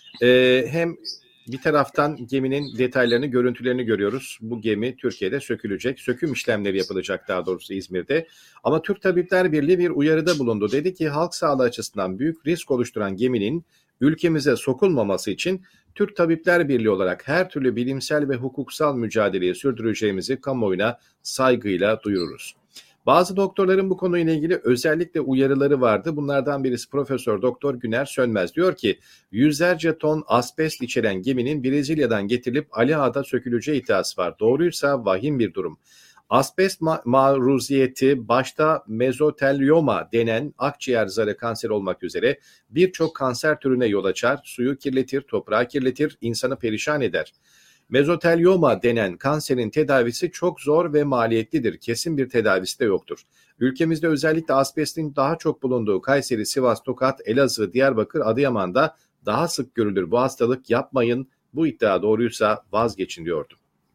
Hem bir taraftan geminin detaylarını, görüntülerini görüyoruz. Bu gemi Türkiye'de sökülecek. Söküm işlemleri yapılacak daha doğrusu İzmir'de. Ama Türk Tabipler Birliği bir uyarıda bulundu. Dedi ki halk sağlığı açısından büyük risk oluşturan geminin ülkemize sokulmaması için Türk Tabipler Birliği olarak her türlü bilimsel ve hukuksal mücadeleyi sürdüreceğimizi kamuoyuna saygıyla duyururuz. Bazı doktorların bu konuyla ilgili özellikle uyarıları vardı. Bunlardan birisi Profesör Doktor Güner Sönmez diyor ki yüzlerce ton asbest içeren geminin Brezilya'dan getirilip Ali Ağa'da söküleceği iddiası var. Doğruysa vahim bir durum. Asbest maruziyeti başta mezotelioma denen akciğer zarı kanseri olmak üzere birçok kanser türüne yol açar, suyu kirletir, toprağı kirletir, insanı perişan eder. Mezotelioma denen kanserin tedavisi çok zor ve maliyetlidir. Kesin bir tedavisi de yoktur. Ülkemizde özellikle asbestin daha çok bulunduğu Kayseri, Sivas, Tokat, Elazığ, Diyarbakır, Adıyaman'da daha sık görülür. Bu hastalık, yapmayın, bu iddia doğruysa vazgeçin diyordu.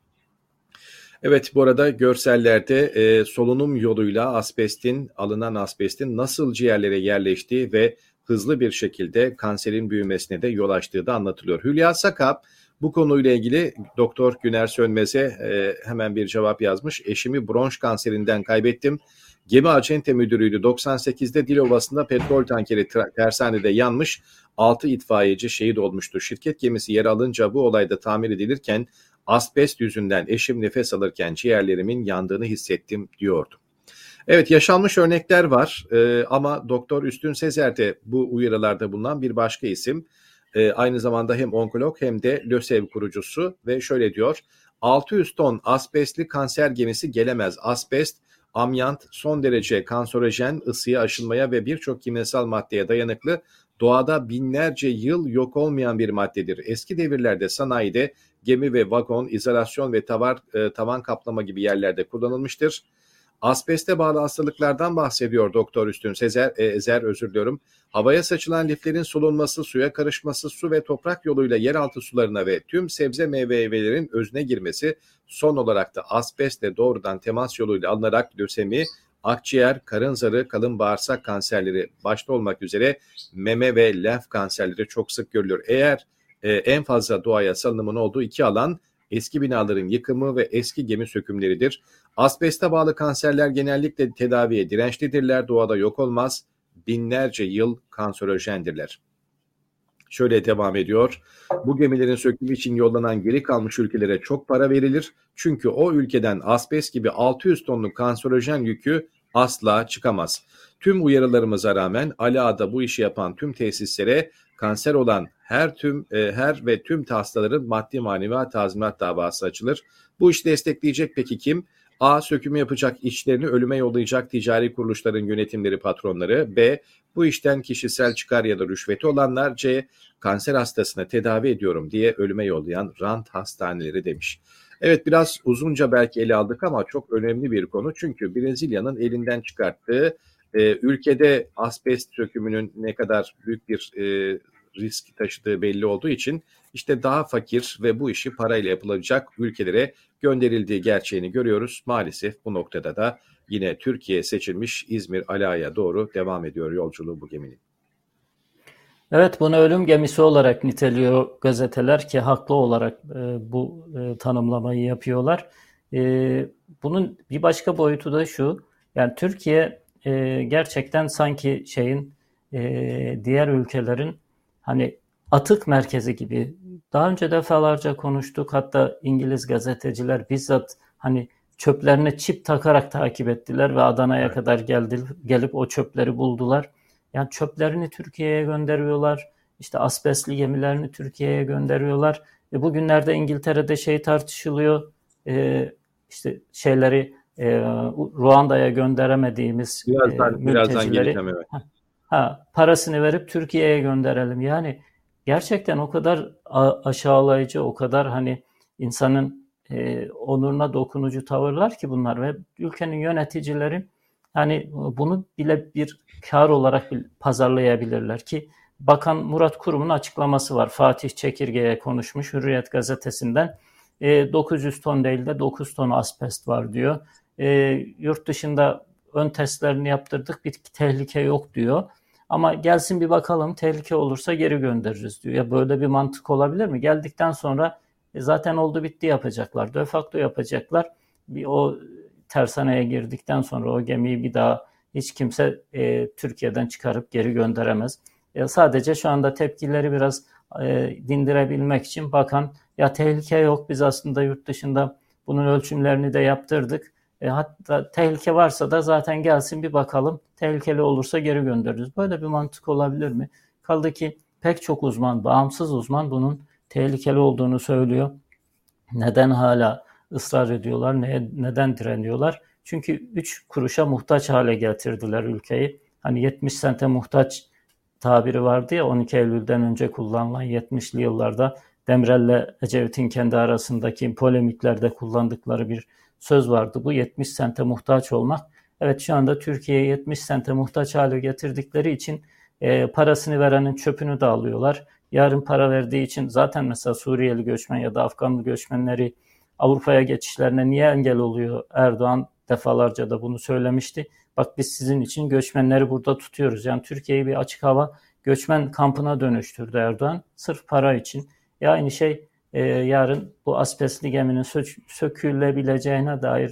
Evet, bu arada görsellerde solunum yoluyla alınan asbestin nasıl ciğerlere yerleştiği ve hızlı bir şekilde kanserin büyümesine de yol açtığı da anlatılıyor. Hülya Sakap bu konuyla ilgili Doktor Güner Sönmez'e hemen bir cevap yazmış. Eşimi bronş kanserinden kaybettim. Gemi acente müdürüydü. 98'de Dilovası'nda petrol tankeri tersanede yanmış. 6 itfaiyeci şehit olmuştu. Şirket gemisi yer alınca bu olayda tamir edilirken asbest yüzünden eşim nefes alırken ciğerlerimin yandığını hissettim diyordu. Evet, yaşanmış örnekler var ama Doktor Üstün Sezer de bu uyarılarda bulunan bir başka isim. Aynı zamanda hem onkolog hem de LÖSEV kurucusu ve şöyle diyor. 600 ton asbestli kanser gemisi gelemez. Asbest, amyant son derece kanserojen, ısıya, aşınmaya ve birçok kimyasal maddeye dayanıklı, doğada binlerce yıl yok olmayan bir maddedir. Eski devirlerde sanayide gemi ve vagon, izolasyon ve tavan kaplama gibi yerlerde kullanılmıştır. Asbeste bağlı hastalıklardan bahsediyor Doktor Üstün Ezer, özür diliyorum. Havaya saçılan liflerin solunması, suya karışması, su ve toprak yoluyla yeraltı sularına ve tüm sebze meyvelerin özüne girmesi, son olarak da asbestle doğrudan temas yoluyla alınarak lösemi, akciğer, karın zarı, kalın bağırsak kanserleri başta olmak üzere meme ve lenf kanserleri çok sık görülür. Eğer en fazla doğaya salınımın olduğu iki alan eski binaların yıkımı ve eski gemi sökümleridir. Asbeste bağlı kanserler genellikle tedaviye dirençlidirler, doğada yok olmaz, binlerce yıl kanserojendirler. Şöyle devam ediyor. Bu gemilerin sökümü için yollanan geri kalmış ülkelere çok para verilir. Çünkü o ülkeden asbest gibi 600 tonluk kanserojen yükü asla çıkamaz. Tüm uyarılarımıza rağmen Ali Ağa'da bu işi yapan tüm tesislere kanser olan her ve tüm hastaların maddi manevi tazminat davası açılır. Bu işi destekleyecek peki kim? A. Sökümü yapacak, işlerini ölüme yollayacak ticari kuruluşların yönetimleri, patronları. B. Bu işten kişisel çıkar ya da rüşveti olanlar. C. Kanser hastasını tedavi ediyorum diye ölüme yollayan rant hastaneleri demiş. Evet, biraz uzunca belki ele aldık ama çok önemli bir konu. Çünkü Brezilya'nın elinden çıkarttığı ülkede asbest sökümünün ne kadar büyük bir risk taşıdığı belli olduğu için işte daha fakir ve bu işi parayla yapılacak ülkelere gönderildiği gerçeğini görüyoruz. Maalesef bu noktada da yine Türkiye seçilmiş, İzmir Ali Ağa'ya doğru devam ediyor yolculuğu bu geminin. Evet, bunu ölüm gemisi olarak niteliyor gazeteler ki haklı olarak bu tanımlamayı yapıyorlar. Bunun bir başka boyutu da şu, yani Türkiye gerçekten sanki diğer ülkelerin hani atık merkezi gibi. Daha önce defalarca konuştuk, hatta İngiliz gazeteciler bizzat hani çöplerine çip takarak takip ettiler ve Adana'ya kadar gelip o çöpleri buldular. Yani çöplerini Türkiye'ye gönderiyorlar. İşte asbestli gemilerini Türkiye'ye gönderiyorlar. Bugünlerde İngiltere'de tartışılıyor. İşte Ruanda'ya gönderemediğimiz mültecileri parasını verip Türkiye'ye gönderelim. Yani gerçekten o kadar aşağılayıcı, o kadar hani insanın onuruna dokunucu tavırlar ki bunlar ve ülkenin yöneticileri hani bunu bile bir kar olarak pazarlayabilirler ki Bakan Murat Kurum'un açıklaması var. Fatih Çekirge'ye konuşmuş Hürriyet gazetesinden. 900 ton değil de 9 ton asbest var diyor. Yurt dışında ön testlerini yaptırdık, bir tehlike yok diyor. Ama gelsin bir bakalım, tehlike olursa geri göndeririz diyor. Ya böyle bir mantık olabilir mi? Geldikten sonra zaten oldu bitti yapacaklar. De facto yapacaklar. O tersaneye girdikten sonra o gemiyi bir daha hiç kimse Türkiye'den çıkarıp geri gönderemez. Sadece şu anda tepkileri biraz dindirebilmek için bakan ya tehlike yok, biz aslında yurt dışında bunun ölçümlerini de yaptırdık. Hatta tehlike varsa da zaten gelsin bir bakalım, tehlikeli olursa geri göndeririz. Böyle bir mantık olabilir mi? Kaldı ki pek çok uzman, bağımsız uzman bunun tehlikeli olduğunu söylüyor. Neden hala ısrar ediyorlar, neden direniyorlar? Çünkü 3 kuruşa muhtaç hale getirdiler ülkeyi. Hani 70 sente muhtaç tabiri vardı ya 12 Eylül'den önce kullanılan 70'li yıllarda Demirel'le Ecevit'in kendi arasındaki polemiklerde kullandıkları bir söz vardı. Bu 70 sente muhtaç olmak. Evet, şu anda Türkiye'ye 70 sente muhtaç hale getirdikleri için parasını verenin çöpünü de alıyorlar. Yarın para verdiği için zaten mesela Suriyeli göçmen ya da Afganlı göçmenleri Avrupa'ya geçişlerine niye engel oluyor? Erdoğan defalarca da bunu söylemişti. Bak biz sizin için göçmenleri burada tutuyoruz. Yani Türkiye'yi bir açık hava göçmen kampına dönüştürdü Erdoğan. Sırf para için. Aynı yarın bu asbestli geminin sökülebileceğine dair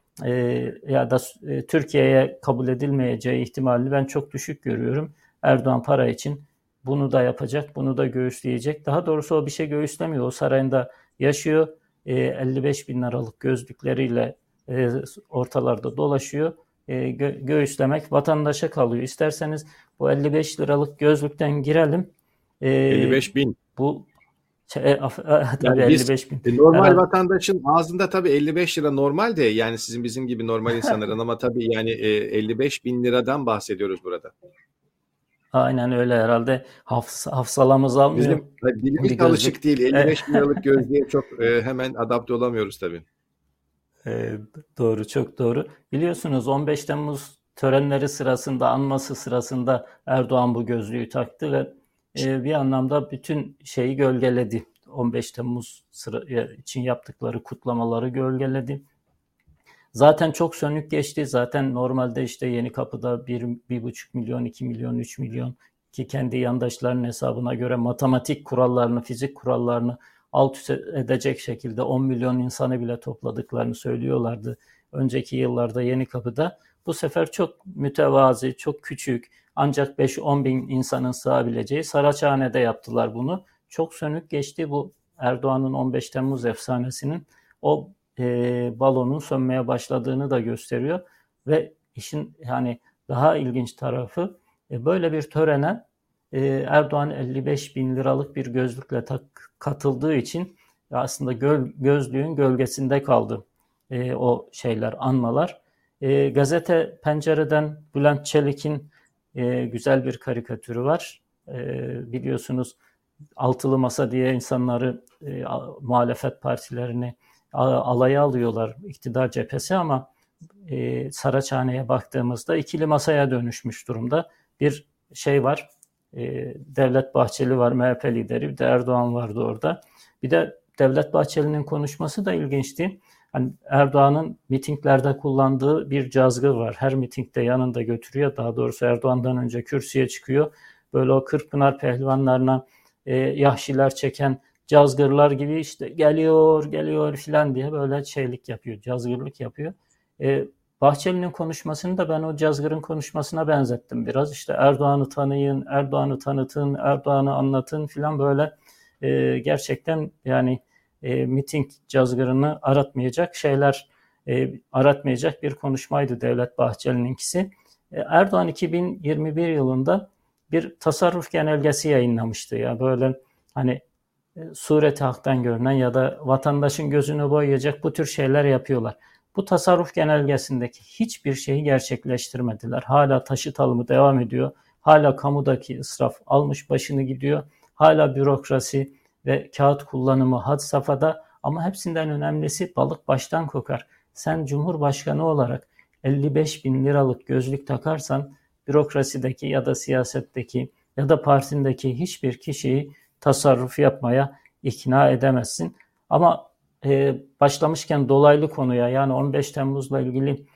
ya da Türkiye'ye kabul edilmeyeceği ihtimalini ben çok düşük görüyorum. Erdoğan para için bunu da yapacak, bunu da göğüsleyecek. Daha doğrusu o bir şey göğüslemiyor. O sarayında yaşıyor. 55 bin liralık gözlükleriyle ortalarda dolaşıyor. Göğüslemek vatandaşa kalıyor. İsterseniz bu 55 liralık gözlükten girelim. 55 bin. Bu yani 55 bin. Normal vatandaşın ağzında tabii 55 lira normal de yani sizin bizim gibi normal insanların ama tabii yani 55 bin liradan bahsediyoruz burada. Aynen öyle, herhalde hafsalamız almıyor. Bizim dilimiz alışık değil. 55 bin liralık gözlüğe çok hemen adapte olamıyoruz tabii. Doğru, çok doğru. Biliyorsunuz 15 Temmuz törenleri sırasında, anması sırasında Erdoğan bu gözlüğü taktı ve bir anlamda bütün şeyi gölgeledi. 15 Temmuz için yaptıkları kutlamaları gölgeledi. Zaten çok sönük geçti. Zaten normalde işte Yenikapı'da 1,5 milyon, 2 milyon, 3 milyon ki kendi yandaşlarının hesabına göre matematik kurallarını, fizik kurallarını alt üst edecek şekilde 10 milyon insanı bile topladıklarını söylüyorlardı. Önceki yıllarda Yenikapı'da. Bu sefer çok mütevazi, çok küçük, ancak 5-10 bin insanın sığabileceği Saraçhane'de yaptılar bunu. Çok sönük geçti bu Erdoğan'ın 15 Temmuz efsanesinin o balonun sönmeye başladığını da gösteriyor ve işin yani daha ilginç tarafı böyle bir törene Erdoğan 55 bin liralık bir gözlükle katıldığı için aslında gözlüğün gölgesinde kaldı o şeyler, anmalar. Gazete Pencere'den Bülent Çelik'in güzel bir karikatürü var. Biliyorsunuz altılı masa diye insanları, muhalefet partilerini alaya alıyorlar iktidar cephesi ama Saraçhane'ye baktığımızda ikili masaya dönüşmüş durumda. Bir şey var, Devlet Bahçeli var, MHP lideri, bir de Erdoğan vardı orada. Bir de Devlet Bahçeli'nin konuşması da ilginçti. Hani Erdoğan'ın mitinglerde kullandığı bir cazgır var. Her mitingde yanında götürüyor. Daha doğrusu Erdoğan'dan önce kürsüye çıkıyor. Böyle o Kırkpınar pehlivanlarına yahşiler çeken cazgırlar gibi işte geliyor filan diye böyle şeylik yapıyor, cazgırlık yapıyor. Bahçeli'nin konuşmasını da ben o cazgırın konuşmasına benzettim biraz. İşte Erdoğan'ı tanıyın, Erdoğan'ı tanıtın, Erdoğan'ı anlatın filan böyle gerçekten yani miting cazgırını aratmayacak şeyler, aratmayacak bir konuşmaydı Devlet Bahçeli'ninkisi. Erdoğan 2021 yılında bir tasarruf genelgesi yayınlamıştı ya böyle hani sureti haktan görünen ya da vatandaşın gözünü boyayacak bu tür şeyler yapıyorlar. Bu tasarruf genelgesindeki hiçbir şeyi gerçekleştirmediler. Hala taşıt alımı devam ediyor. Hala kamudaki israf almış başını gidiyor. Hala bürokrasi ve kağıt kullanımı had safhada ama hepsinden önemlisi balık baştan kokar. Sen Cumhurbaşkanı olarak 55 bin liralık gözlük takarsan bürokrasideki ya da siyasetteki ya da partindeki hiçbir kişiyi tasarruf yapmaya ikna edemezsin. Ama başlamışken dolaylı konuya yani 15 Temmuz'la ilgili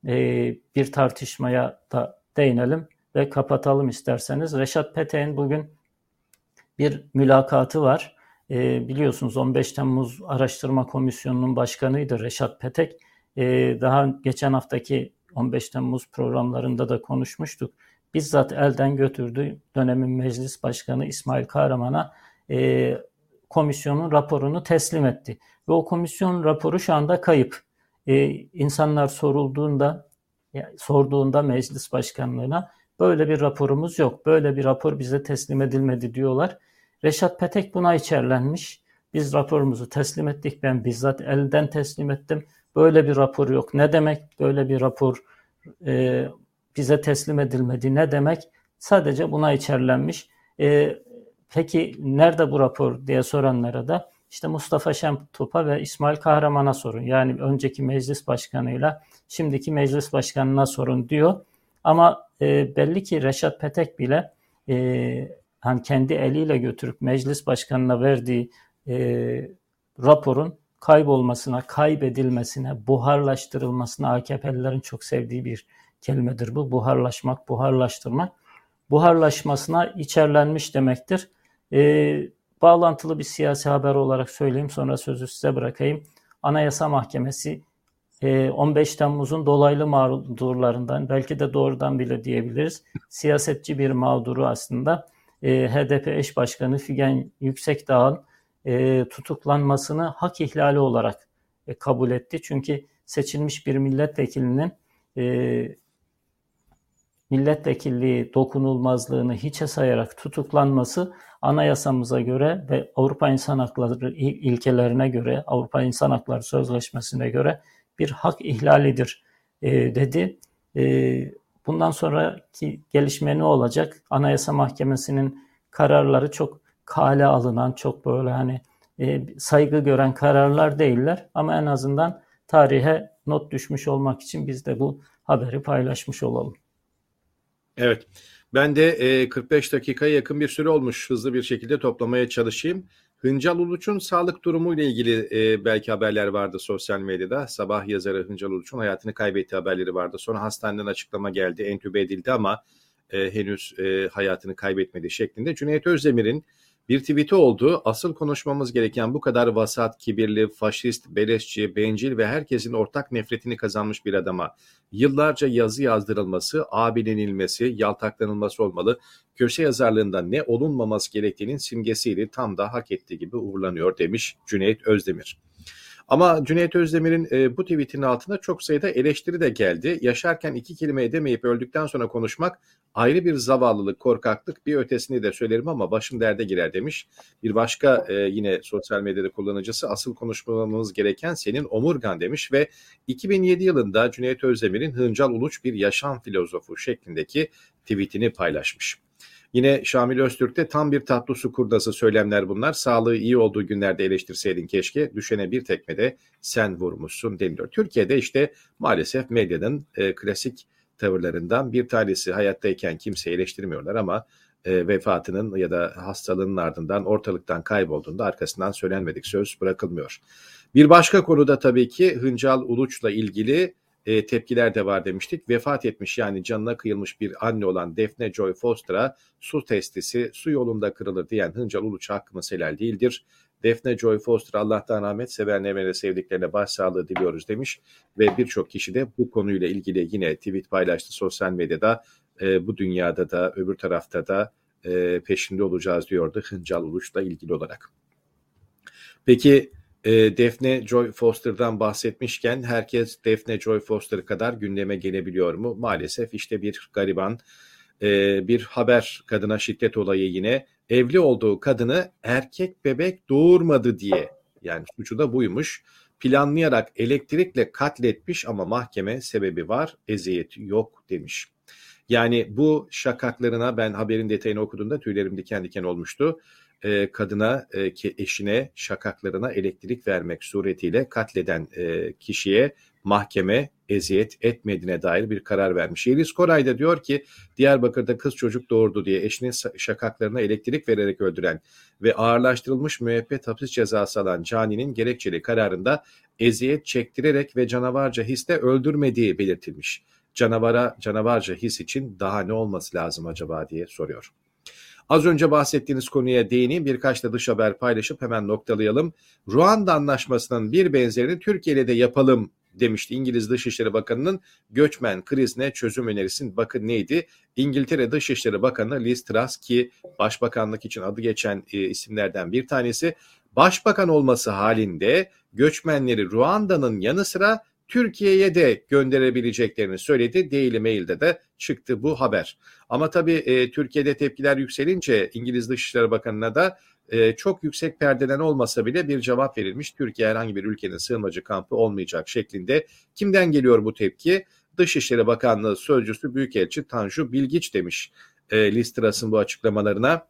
bir tartışmaya da değinelim ve kapatalım isterseniz. Reşat Petek'in bugün bir mülakatı var. Biliyorsunuz 15 Temmuz Araştırma Komisyonu'nun başkanıydı Reşat Petek. Daha geçen haftaki 15 Temmuz programlarında da konuşmuştuk. Bizzat elden götürdü dönemin meclis başkanı İsmail Kahraman'a komisyonun raporunu teslim etti. Ve o komisyon raporu şu anda kayıp. İnsanlar sorduğunda meclis başkanlığına böyle bir raporumuz yok, böyle bir rapor bize teslim edilmedi diyorlar. Reşat Petek buna içerlenmiş. Biz raporumuzu teslim ettik, ben bizzat elden teslim ettim. Böyle bir rapor yok. Ne demek böyle bir rapor bize teslim edilmedi ne demek? Sadece buna içerlenmiş. Peki nerede bu rapor diye soranlara da işte Mustafa Şentop'a ve İsmail Kahraman'a sorun. Yani önceki meclis başkanıyla şimdiki meclis başkanına sorun diyor. Ama belli ki Reşat Petek bile hani kendi eliyle götürüp meclis başkanına verdiği raporun kaybolmasına, kaybedilmesine, buharlaştırılmasına AKP'lilerin çok sevdiği bir kelimedir bu. Buharlaşmak, buharlaştırmak. Buharlaşmasına içerlenmiş demektir. Bağlantılı bir siyasi haber olarak söyleyeyim, sonra sözü size bırakayım. Anayasa Mahkemesi 15 Temmuz'un dolaylı mağdurlarından, belki de doğrudan bile diyebiliriz, siyasetçi bir mağduru aslında HDP eş başkanı Figen Yüksekdağ'ın tutuklanmasını hak ihlali olarak kabul etti. Çünkü seçilmiş bir milletvekilinin milletvekilliği dokunulmazlığını hiçe sayarak tutuklanması anayasamıza göre ve Avrupa İnsan Hakları ilkelerine göre, Avrupa İnsan Hakları Sözleşmesi'ne göre bir hak ihlalidir dedi. Bundan sonraki gelişme ne olacak? Anayasa Mahkemesi'nin kararları çok kale alınan, çok böyle hani saygı gören kararlar değiller ama en azından tarihe not düşmüş olmak için biz de bu haberi paylaşmış olalım. Evet, ben de 45 dakikaya yakın bir süre olmuş, hızlı bir şekilde toplamaya çalışayım. Hıncal Uluç'un sağlık durumu ile ilgili belki haberler vardı sosyal medyada. Sabah yazarı Hıncal Uluç'un hayatını kaybettiği haberleri vardı. Sonra hastaneden açıklama geldi, entübe edildi ama henüz hayatını kaybetmedi şeklinde. Cüneyt Özdemir'in bir tweet'i oldu. Asıl konuşmamız gereken bu kadar vasat, kibirli, faşist, beleşçi, bencil ve herkesin ortak nefretini kazanmış bir adama yıllarca yazı yazdırılması, abilinilmesi, yaltaklanılması olmalı. Köşe yazarlığında ne olunmaması gerektiğinin simgesiydi. Tam da hak ettiği gibi uğurlanıyor demiş Cüneyt Özdemir. Ama Cüneyt Özdemir'in bu tweetinin altında çok sayıda eleştiri de geldi. Yaşarken iki kelime edemeyip öldükten sonra konuşmak ayrı bir zavallılık, korkaklık, bir ötesini de söylerim ama başım derde girer demiş. Bir başka yine sosyal medyada kullanıcısı asıl konuşmamız gereken senin omurgan demiş ve 2007 yılında Cüneyt Özdemir'in Hıncal Uluç bir yaşam filozofu şeklindeki tweetini paylaşmış. Yine Şamil Öztürk'te tam bir tatlı su kurdası söylemler bunlar. Sağlığı iyi olduğu günlerde eleştirseydin keşke, düşene bir tekmede sen vurmuşsun deniliyor. Türkiye'de işte maalesef medyanın klasik tavırlarından bir tanesi, hayattayken kimse eleştirmiyorlar ama vefatının ya da hastalığının ardından ortalıktan kaybolduğunda arkasından söylenmedik söz bırakılmıyor. Bir başka konuda tabii ki Hıncal Uluç'la ilgili tepkiler de var demiştik. Vefat etmiş, yani canına kıyılmış bir anne olan Defne Joy Foster'a su testisi su yolunda kırılır diyen Hıncal Uluç hakkımız helal değildir. Defne Joy Foster Allah'tan rahmet, sevenlerine ve sevdiklerine başsağlığı diliyoruz demiş ve birçok kişi de bu konuyla ilgili yine tweet paylaştı sosyal medyada. Bu dünyada da öbür tarafta da peşinde olacağız diyordu Hıncal Uluç'la ilgili olarak. Peki Defne Joy Foster'dan bahsetmişken herkes Defne Joy Foster kadar gündeme gelebiliyor mu? Maalesef işte bir gariban, bir haber, kadına şiddet olayı yine, evli olduğu kadını erkek bebek doğurmadı diye, yani suçu da buymuş, planlayarak elektrikle katletmiş ama mahkeme sebebi var, eziyeti yok demiş. Yani bu şakaklarına, ben haberin detayını okuduğumda tüylerim diken diken olmuştu. Kadına, eşine şakaklarına elektrik vermek suretiyle katleden kişiye mahkeme eziyet etmediğine dair bir karar vermiş. Yeliz Koray da diyor ki Diyarbakır'da kız çocuk doğurdu diye eşinin şakaklarına elektrik vererek öldüren ve ağırlaştırılmış müebbet hapis cezası alan Cani'nin gerekçeli kararında eziyet çektirerek ve canavarca hisle öldürmediği belirtilmiş. Canavarca his için daha ne olması lazım acaba diye soruyor. Az önce bahsettiğiniz konuya değineyim. Birkaç da dış haber paylaşıp hemen noktalayalım. Ruanda Anlaşması'nın bir benzerini Türkiye ile de yapalım demişti İngiliz Dışişleri Bakanı'nın göçmen krizine çözüm önerisi. Bakın neydi? İngiltere Dışişleri Bakanı Liz Truss, ki başbakanlık için adı geçen isimlerden bir tanesi, başbakan olması halinde göçmenleri Ruanda'nın yanı sıra Türkiye'ye de gönderebileceklerini söyledi. Daily Mail'de de çıktı bu haber. Ama tabii Türkiye'de tepkiler yükselince İngiliz Dışişleri Bakanı'na da çok yüksek perdeden olmasa bile bir cevap verilmiş. Türkiye herhangi bir ülkenin sığınmacı kampı olmayacak şeklinde. Kimden geliyor bu tepki? Dışişleri Bakanlığı Sözcüsü Büyükelçi Tanju Bilgiç demiş Liz Truss'ın bu açıklamalarına.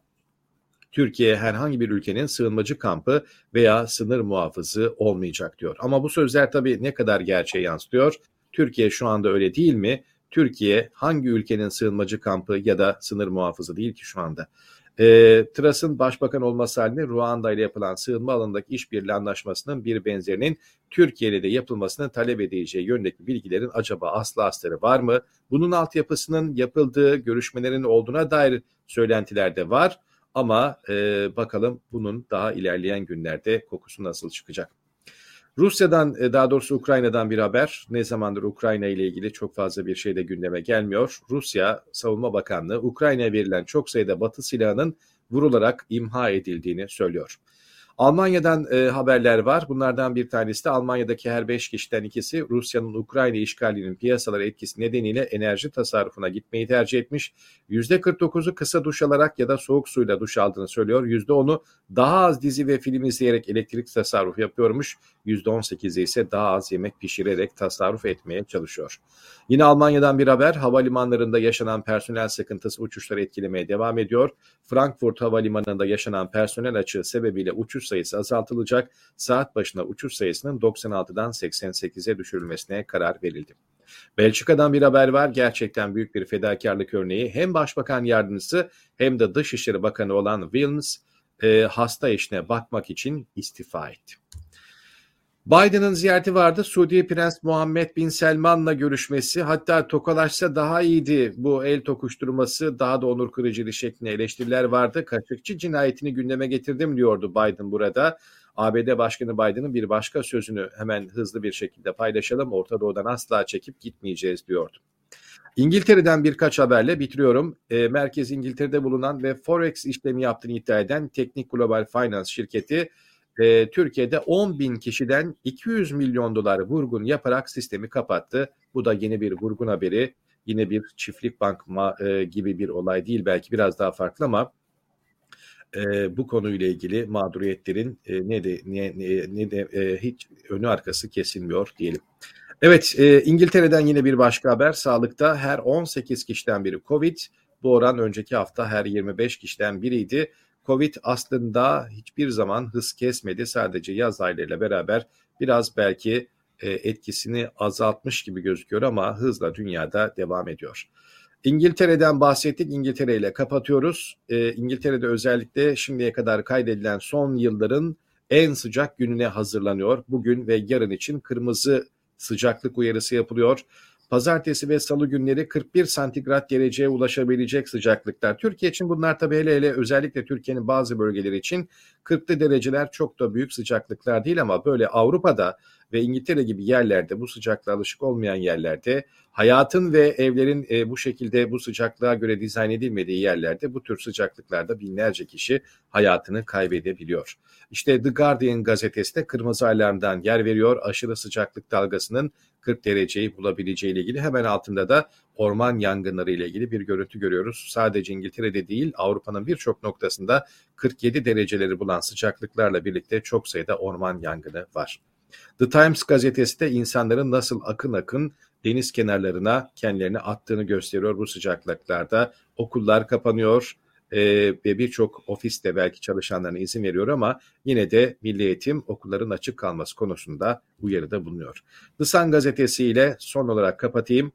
Türkiye herhangi bir ülkenin sığınmacı kampı veya sınır muhafızı olmayacak diyor. Ama bu sözler tabii ne kadar gerçeğe yansıtıyor? Türkiye şu anda öyle değil mi? Türkiye hangi ülkenin sığınmacı kampı ya da sınır muhafızı değil ki şu anda? Truss'ın başbakan olması halinde Ruanda ile yapılan sığınma alanındaki işbirliği anlaşmasının bir benzerinin Türkiye ile de yapılmasını talep edeceği yönündeki bilgilerin acaba aslı astarı var mı? Bunun altyapısının yapıldığı, görüşmelerin olduğuna dair söylentiler de var. Ama bakalım bunun daha ilerleyen günlerde kokusu nasıl çıkacak. Rusya'dan, daha doğrusu Ukrayna'dan bir haber. Ne zamandır Ukrayna ile ilgili çok fazla bir şey de gündeme gelmiyor. Rusya Savunma Bakanlığı Ukrayna'ya verilen çok sayıda Batı silahının vurularak imha edildiğini söylüyor. Almanya'dan haberler var. Bunlardan bir tanesi de Almanya'daki her 5 kişiden ikisi Rusya'nın Ukrayna işgalinin piyasalara etkisi nedeniyle enerji tasarrufuna gitmeyi tercih etmiş. %49'u kısa duş alarak ya da soğuk suyla duş aldığını söylüyor. %10'u daha az dizi ve film izleyerek elektrik tasarrufu yapıyormuş. %18'i ise daha az yemek pişirerek tasarruf etmeye çalışıyor. Yine Almanya'dan bir haber. Havalimanlarında yaşanan personel sıkıntısı uçuşları etkilemeye devam ediyor. Frankfurt Havalimanı'nda yaşanan personel açığı sebebiyle uçuş uçuş sayısı azaltılacak. Saat başına uçuş sayısının 96'dan 88'e düşürülmesine karar verildi. Belçika'dan bir haber var. Gerçekten büyük bir fedakarlık örneği. Hem Başbakan Yardımcısı hem de Dışişleri Bakanı olan Wilms hasta eşine bakmak için istifa etti. Biden'ın ziyareti vardı. Suudi Prens Muhammed Bin Selman'la görüşmesi, hatta tokalaşsa daha iyiydi bu el tokuşturması, daha da onur kırıcıydı şeklinde eleştiriler vardı. Kaşıkçı cinayetini gündeme getirdim diyordu Biden burada. ABD Başkanı Biden'ın bir başka sözünü hemen hızlı bir şekilde paylaşalım. Orta Doğu'dan asla çekip gitmeyeceğiz diyordu. İngiltere'den birkaç haberle bitiriyorum. Merkez İngiltere'de bulunan ve Forex işlemi yaptığını iddia eden Teknik Global Finance şirketi Türkiye'de 10.000 kişiden 200 milyon dolar vurgun yaparak sistemi kapattı. Bu da yeni bir vurgun haberi. Yine bir çiftlik bank gibi bir olay değil, belki biraz daha farklı ama bu konuyla ilgili mağduriyetlerin hiç önü arkası kesilmiyor diyelim. Evet, İngiltere'den yine bir başka haber. Sağlıkta her 18 kişiden biri Covid. Bu oran önceki hafta her 25 kişiden biriydi. Covid aslında hiçbir zaman hız kesmedi. Sadece yaz aylarıyla beraber biraz belki etkisini azaltmış gibi gözüküyor ama hızla dünyada devam ediyor. İngiltere'den bahsettik. İngiltere ile kapatıyoruz. İngiltere'de özellikle şimdiye kadar kaydedilen son yılların en sıcak gününe hazırlanıyor. Bugün ve yarın için kırmızı sıcaklık uyarısı yapılıyor. Pazartesi ve salı günleri 41 santigrat dereceye ulaşabilecek sıcaklıklar. Türkiye için bunlar tabii hele özellikle Türkiye'nin bazı bölgeleri için 40'lı dereceler çok da büyük sıcaklıklar değil ama böyle Avrupa'da ve İngiltere gibi yerlerde, bu sıcaklığa alışık olmayan yerlerde, hayatın ve evlerin bu şekilde bu sıcaklığa göre dizayn edilmediği yerlerde bu tür sıcaklıklarda binlerce kişi hayatını kaybedebiliyor. İşte The Guardian gazetesi de kırmızı alarmdan yer veriyor. Aşırı sıcaklık dalgasının 40 dereceyi bulabileceği ile ilgili, hemen altında da orman yangınları ile ilgili bir görüntü görüyoruz. Sadece İngiltere'de değil, Avrupa'nın birçok noktasında 47 dereceleri bulan sıcaklıklarla birlikte çok sayıda orman yangını var. The Times gazetesi de insanların nasıl akın akın deniz kenarlarına kendilerini attığını gösteriyor bu sıcaklıklarda. Okullar kapanıyor ve birçok ofiste belki çalışanlarına izin veriyor ama yine de Milli Eğitim okulların açık kalması konusunda uyarıda bulunuyor. The Sun gazetesiyle son olarak kapatayım.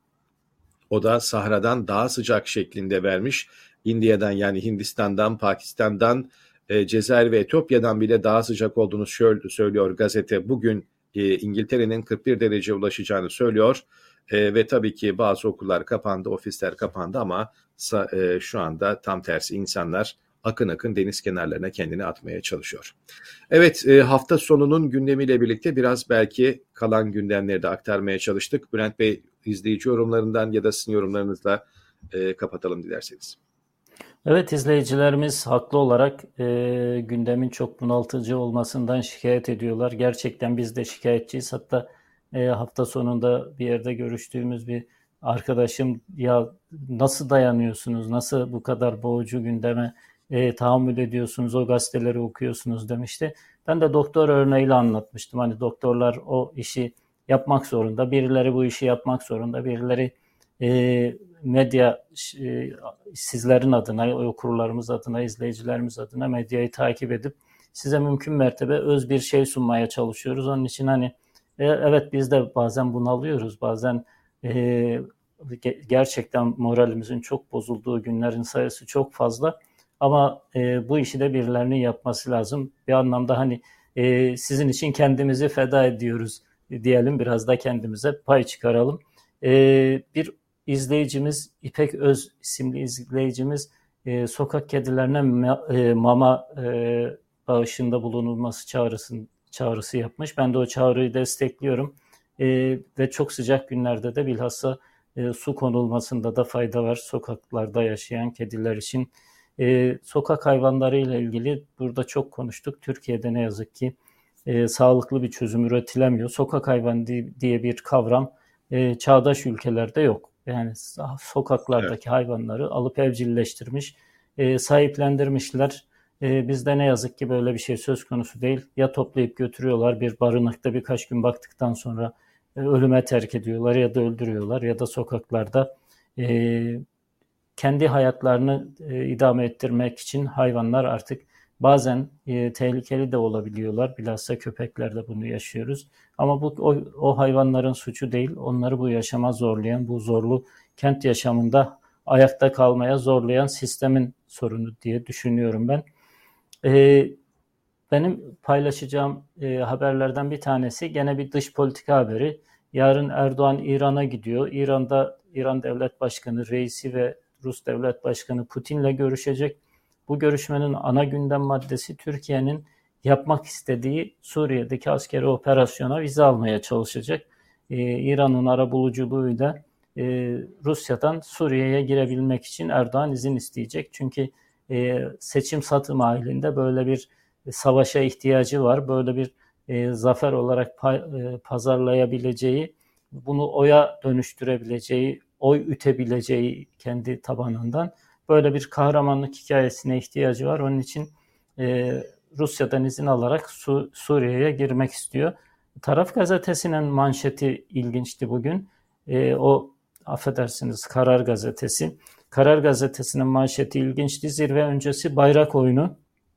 O da Sahra'dan daha sıcak şeklinde vermiş. Hindistan'dan, yani Hindistan'dan, Pakistan'dan, Cezayir ve Etiyopya'dan bile daha sıcak olduğunu söylüyor gazete. Bugün İngiltere'nin 41 dereceye ulaşacağını söylüyor. Ve tabii ki bazı okullar kapandı, ofisler kapandı ama şu anda tam tersi, insanlar akın akın deniz kenarlarına kendini atmaya çalışıyor. Evet, hafta sonunun gündemiyle birlikte biraz belki kalan gündemleri de aktarmaya çalıştık. Bülent Bey, izleyici yorumlarından ya da sizin yorumlarınızla kapatalım dilerseniz. Evet, izleyicilerimiz haklı olarak gündemin çok bunaltıcı olmasından şikayet ediyorlar. Gerçekten biz de şikayetçiyiz. Hatta hafta sonunda bir yerde görüştüğümüz bir arkadaşım, ya nasıl dayanıyorsunuz, nasıl bu kadar boğucu gündeme tahammül ediyorsunuz, o gazeteleri okuyorsunuz demişti. Ben de doktor örneğiyle anlatmıştım. Hani doktorlar o işi yapmak zorunda, birileri bu işi yapmak zorunda, birileri medya, sizlerin adına, okurlarımız adına, izleyicilerimiz adına medyayı takip edip size mümkün mertebe öz bir şey sunmaya çalışıyoruz. Onun için hani evet, biz de bazen bunalıyoruz, bazen gerçekten moralimizin çok bozulduğu günlerin sayısı çok fazla. Ama bu işi de birilerinin yapması lazım. Bir anlamda hani sizin için kendimizi feda ediyoruz diyelim, biraz da kendimize pay çıkaralım. Bir izleyicimiz, İpek Öz isimli izleyicimiz sokak kedilerine mama bağışında bulunulması çağrısı yapmış. Ben de o çağrıyı destekliyorum. Ve çok sıcak günlerde de bilhassa su konulmasında da fayda var sokaklarda yaşayan kediler için. Sokak hayvanları ile ilgili burada çok konuştuk. Türkiye'de ne yazık ki sağlıklı bir çözüm üretilemiyor. Sokak hayvanı diye bir kavram çağdaş ülkelerde yok. Yani sokaklardaki hayvanları alıp evcilleştirmiş, sahiplendirmişler. Bizde ne yazık ki böyle bir şey söz konusu değil. Ya toplayıp götürüyorlar, bir barınakta birkaç gün baktıktan sonra ölüme terk ediyorlar ya da öldürüyorlar, ya da sokaklarda kendi hayatlarını idame ettirmek için hayvanlar artık bazen tehlikeli de olabiliyorlar. Bilhassa köpeklerde bunu yaşıyoruz. Ama bu o hayvanların suçu değil. Onları bu yaşama zorlayan, bu zorlu kent yaşamında ayakta kalmaya zorlayan sistemin sorunu diye düşünüyorum ben. Benim paylaşacağım haberlerden bir tanesi gene bir dış politika haberi. Yarın Erdoğan İran'a gidiyor. İran Devlet Başkanı Reisi ve Rus Devlet Başkanı Putin'le görüşecek. Bu görüşmenin ana gündem maddesi Türkiye'nin yapmak istediği Suriye'deki askeri operasyona vize almaya çalışacak. İran'ın arabuluculuğuyla Rusya'dan Suriye'ye girebilmek için Erdoğan izin isteyecek. Çünkü seçim satım halinde böyle bir savaşa ihtiyacı var. Böyle bir zafer olarak pazarlayabileceği, bunu oya dönüştürebileceği, oy ütebileceği kendi tabanından böyle bir kahramanlık hikayesine ihtiyacı var. Onun için Rusya'dan izin alarak Suriye'ye girmek istiyor. Taraf gazetesinin manşeti ilginçti bugün. O affedersiniz Karar gazetesi. Karar gazetesinin manşeti ilginçti. Zirve öncesi bayrak oyunu.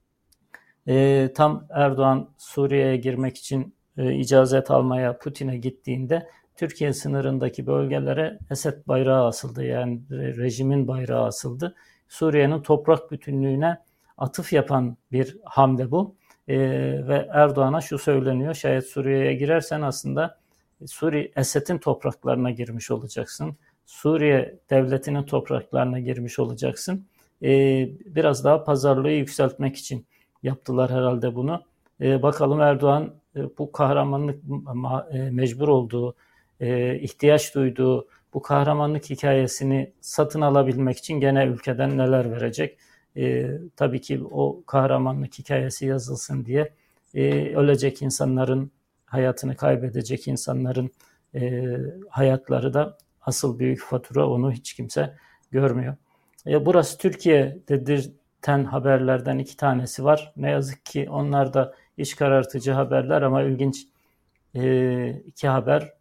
Tam Erdoğan Suriye'ye girmek için icazet almaya Putin'e gittiğinde Türkiye sınırındaki bölgelere Esed bayrağı asıldı. Yani rejimin bayrağı asıldı. Suriye'nin toprak bütünlüğüne atıf yapan bir hamle bu. Ve Erdoğan'a şu söyleniyor: şayet Suriye'ye girersen aslında Esed'in topraklarına girmiş olacaksın. Suriye devletinin topraklarına girmiş olacaksın. Biraz daha pazarlığı yükseltmek için yaptılar herhalde bunu. Bakalım Erdoğan bu kahramanlık mecbur olduğu, ihtiyaç duyduğu bu kahramanlık hikayesini satın alabilmek için gene ülkeden neler verecek? Tabii ki o kahramanlık hikayesi yazılsın diye ölecek insanların, hayatını kaybedecek insanların hayatları da asıl büyük fatura, onu hiç kimse görmüyor. Burası Türkiye dedirten haberlerden iki tanesi var. Ne yazık ki onlar da iç karartıcı haberler ama ilginç iki haber.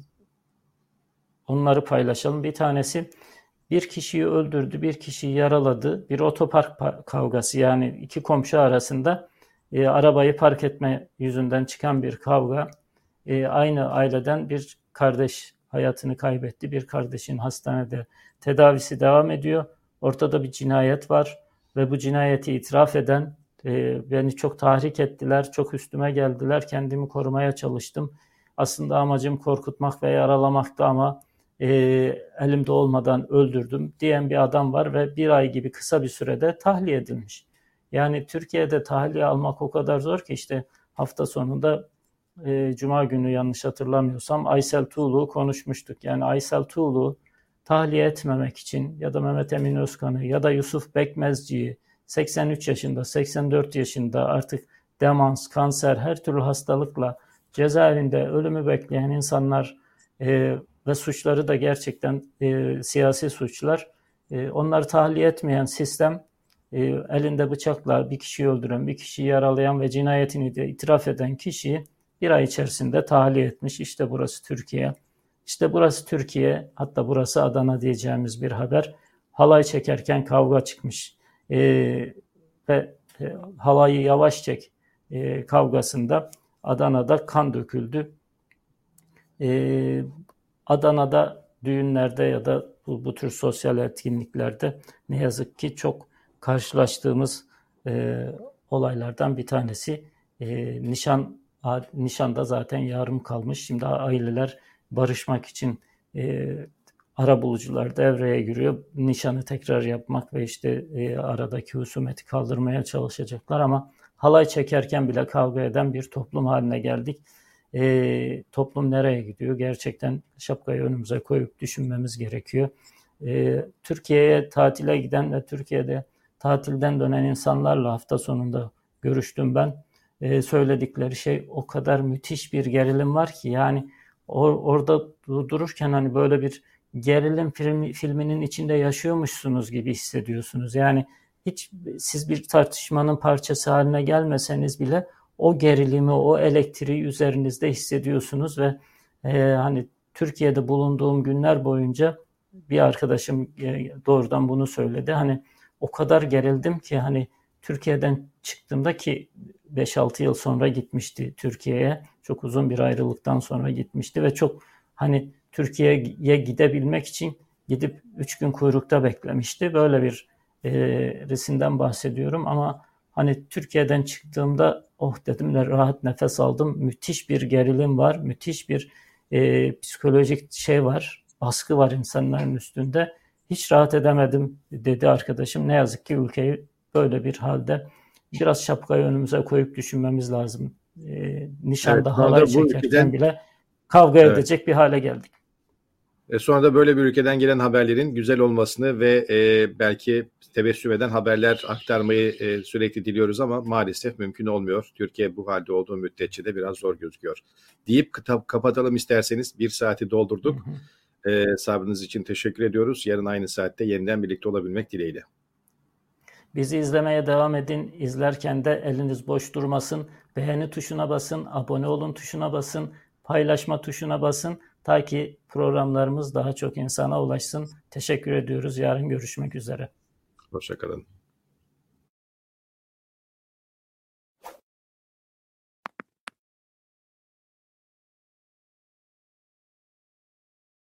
Onları paylaşalım. Bir tanesi bir kişiyi öldürdü, bir kişiyi yaraladı. Bir otopark kavgası, yani iki komşu arasında arabayı park etme yüzünden çıkan bir kavga. Aynı aileden bir kardeş hayatını kaybetti. Bir kardeşin hastanede tedavisi devam ediyor. Ortada bir cinayet var ve bu cinayeti itiraf eden, beni çok tahrik ettiler, çok üstüme geldiler, kendimi korumaya çalıştım. Aslında amacım korkutmak ve yaralamaktı ama elimde olmadan öldürdüm diyen bir adam var ve bir ay gibi kısa bir sürede tahliye edilmiş. Yani Türkiye'de tahliye almak o kadar zor ki, işte hafta sonunda Cuma günü yanlış hatırlamıyorsam Aysel Tuğlu'yu konuşmuştuk. Yani Aysel Tuğlu tahliye etmemek için ya da Mehmet Emin Özkan'ı ya da Yusuf Bekmezci'yi 83 yaşında, 84 yaşında artık demans, kanser, her türlü hastalıkla cezaevinde ölümü bekleyen insanlar ve suçları da gerçekten siyasi suçlar, onları tahliye etmeyen sistem, elinde bıçakla bir kişiyi öldüren, bir kişiyi yaralayan ve cinayetini de itiraf eden kişiyi bir ay içerisinde tahliye etmiş. İşte burası Türkiye. İşte burası Türkiye, hatta burası Adana diyeceğimiz bir haber. Halay çekerken kavga çıkmış. Ve halayı yavaş çek kavgasında Adana'da kan döküldü. Adana'da düğünlerde ya da bu tür sosyal etkinliklerde ne yazık ki çok karşılaştığımız olaylardan bir tanesi. Nişanda zaten yarım kalmış. Şimdi aileler barışmak için arabulucular devreye giriyor. Nişanı tekrar yapmak ve işte aradaki husumeti kaldırmaya çalışacaklar ama halay çekerken bile kavga eden bir toplum haline geldik. Toplum nereye gidiyor? Gerçekten şapkayı önümüze koyup düşünmemiz gerekiyor. Türkiye'ye tatile giden ve Türkiye'de tatilden dönen insanlarla hafta sonunda görüştüm ben. Söyledikleri şey, o kadar müthiş bir gerilim var ki, yani orada dururken hani böyle bir gerilim filminin içinde yaşıyormuşsunuz gibi hissediyorsunuz. Yani hiç siz bir tartışmanın parçası haline gelmeseniz bile o gerilimi, o elektriği üzerinizde hissediyorsunuz ve hani Türkiye'de bulunduğum günler boyunca bir arkadaşım doğrudan bunu söyledi. Hani o kadar gerildim ki hani Türkiye'den çıktığımda ki 5-6 yıl sonra gitmişti Türkiye'ye. Çok uzun bir ayrılıktan sonra gitmişti ve çok hani Türkiye'ye gidebilmek için gidip 3 gün kuyrukta beklemişti. Böyle bir resimden bahsediyorum ama hani Türkiye'den çıktığımda oh dedim de rahat nefes aldım. Müthiş bir gerilim var, müthiş bir psikolojik şey var, baskı var insanların üstünde. Hiç rahat edemedim dedi arkadaşım. Ne yazık ki ülkeyi böyle bir halde biraz şapkayı önümüze koyup düşünmemiz lazım. Nişanda Evet, halay bu çekerken ülkeden bile kavga evet. edecek bir hale geldik. Sonra da böyle bir ülkeden gelen haberlerin güzel olmasını ve belki tebessüm eden haberler aktarmayı sürekli diliyoruz ama maalesef mümkün olmuyor. Türkiye bu halde olduğu müddetçe de biraz zor gözüküyor. Deyip kapatalım isterseniz. 1 saati doldurduk. Sabrınız için teşekkür ediyoruz. Yarın aynı saatte yeniden birlikte olabilmek dileğiyle. Bizi izlemeye devam edin. İzlerken de eliniz boş durmasın. Beğeni tuşuna basın, abone olun tuşuna basın, paylaşma tuşuna basın. Ta ki programlarımız daha çok insana ulaşsın. Teşekkür ediyoruz. Yarın görüşmek üzere. Hoşça kalın.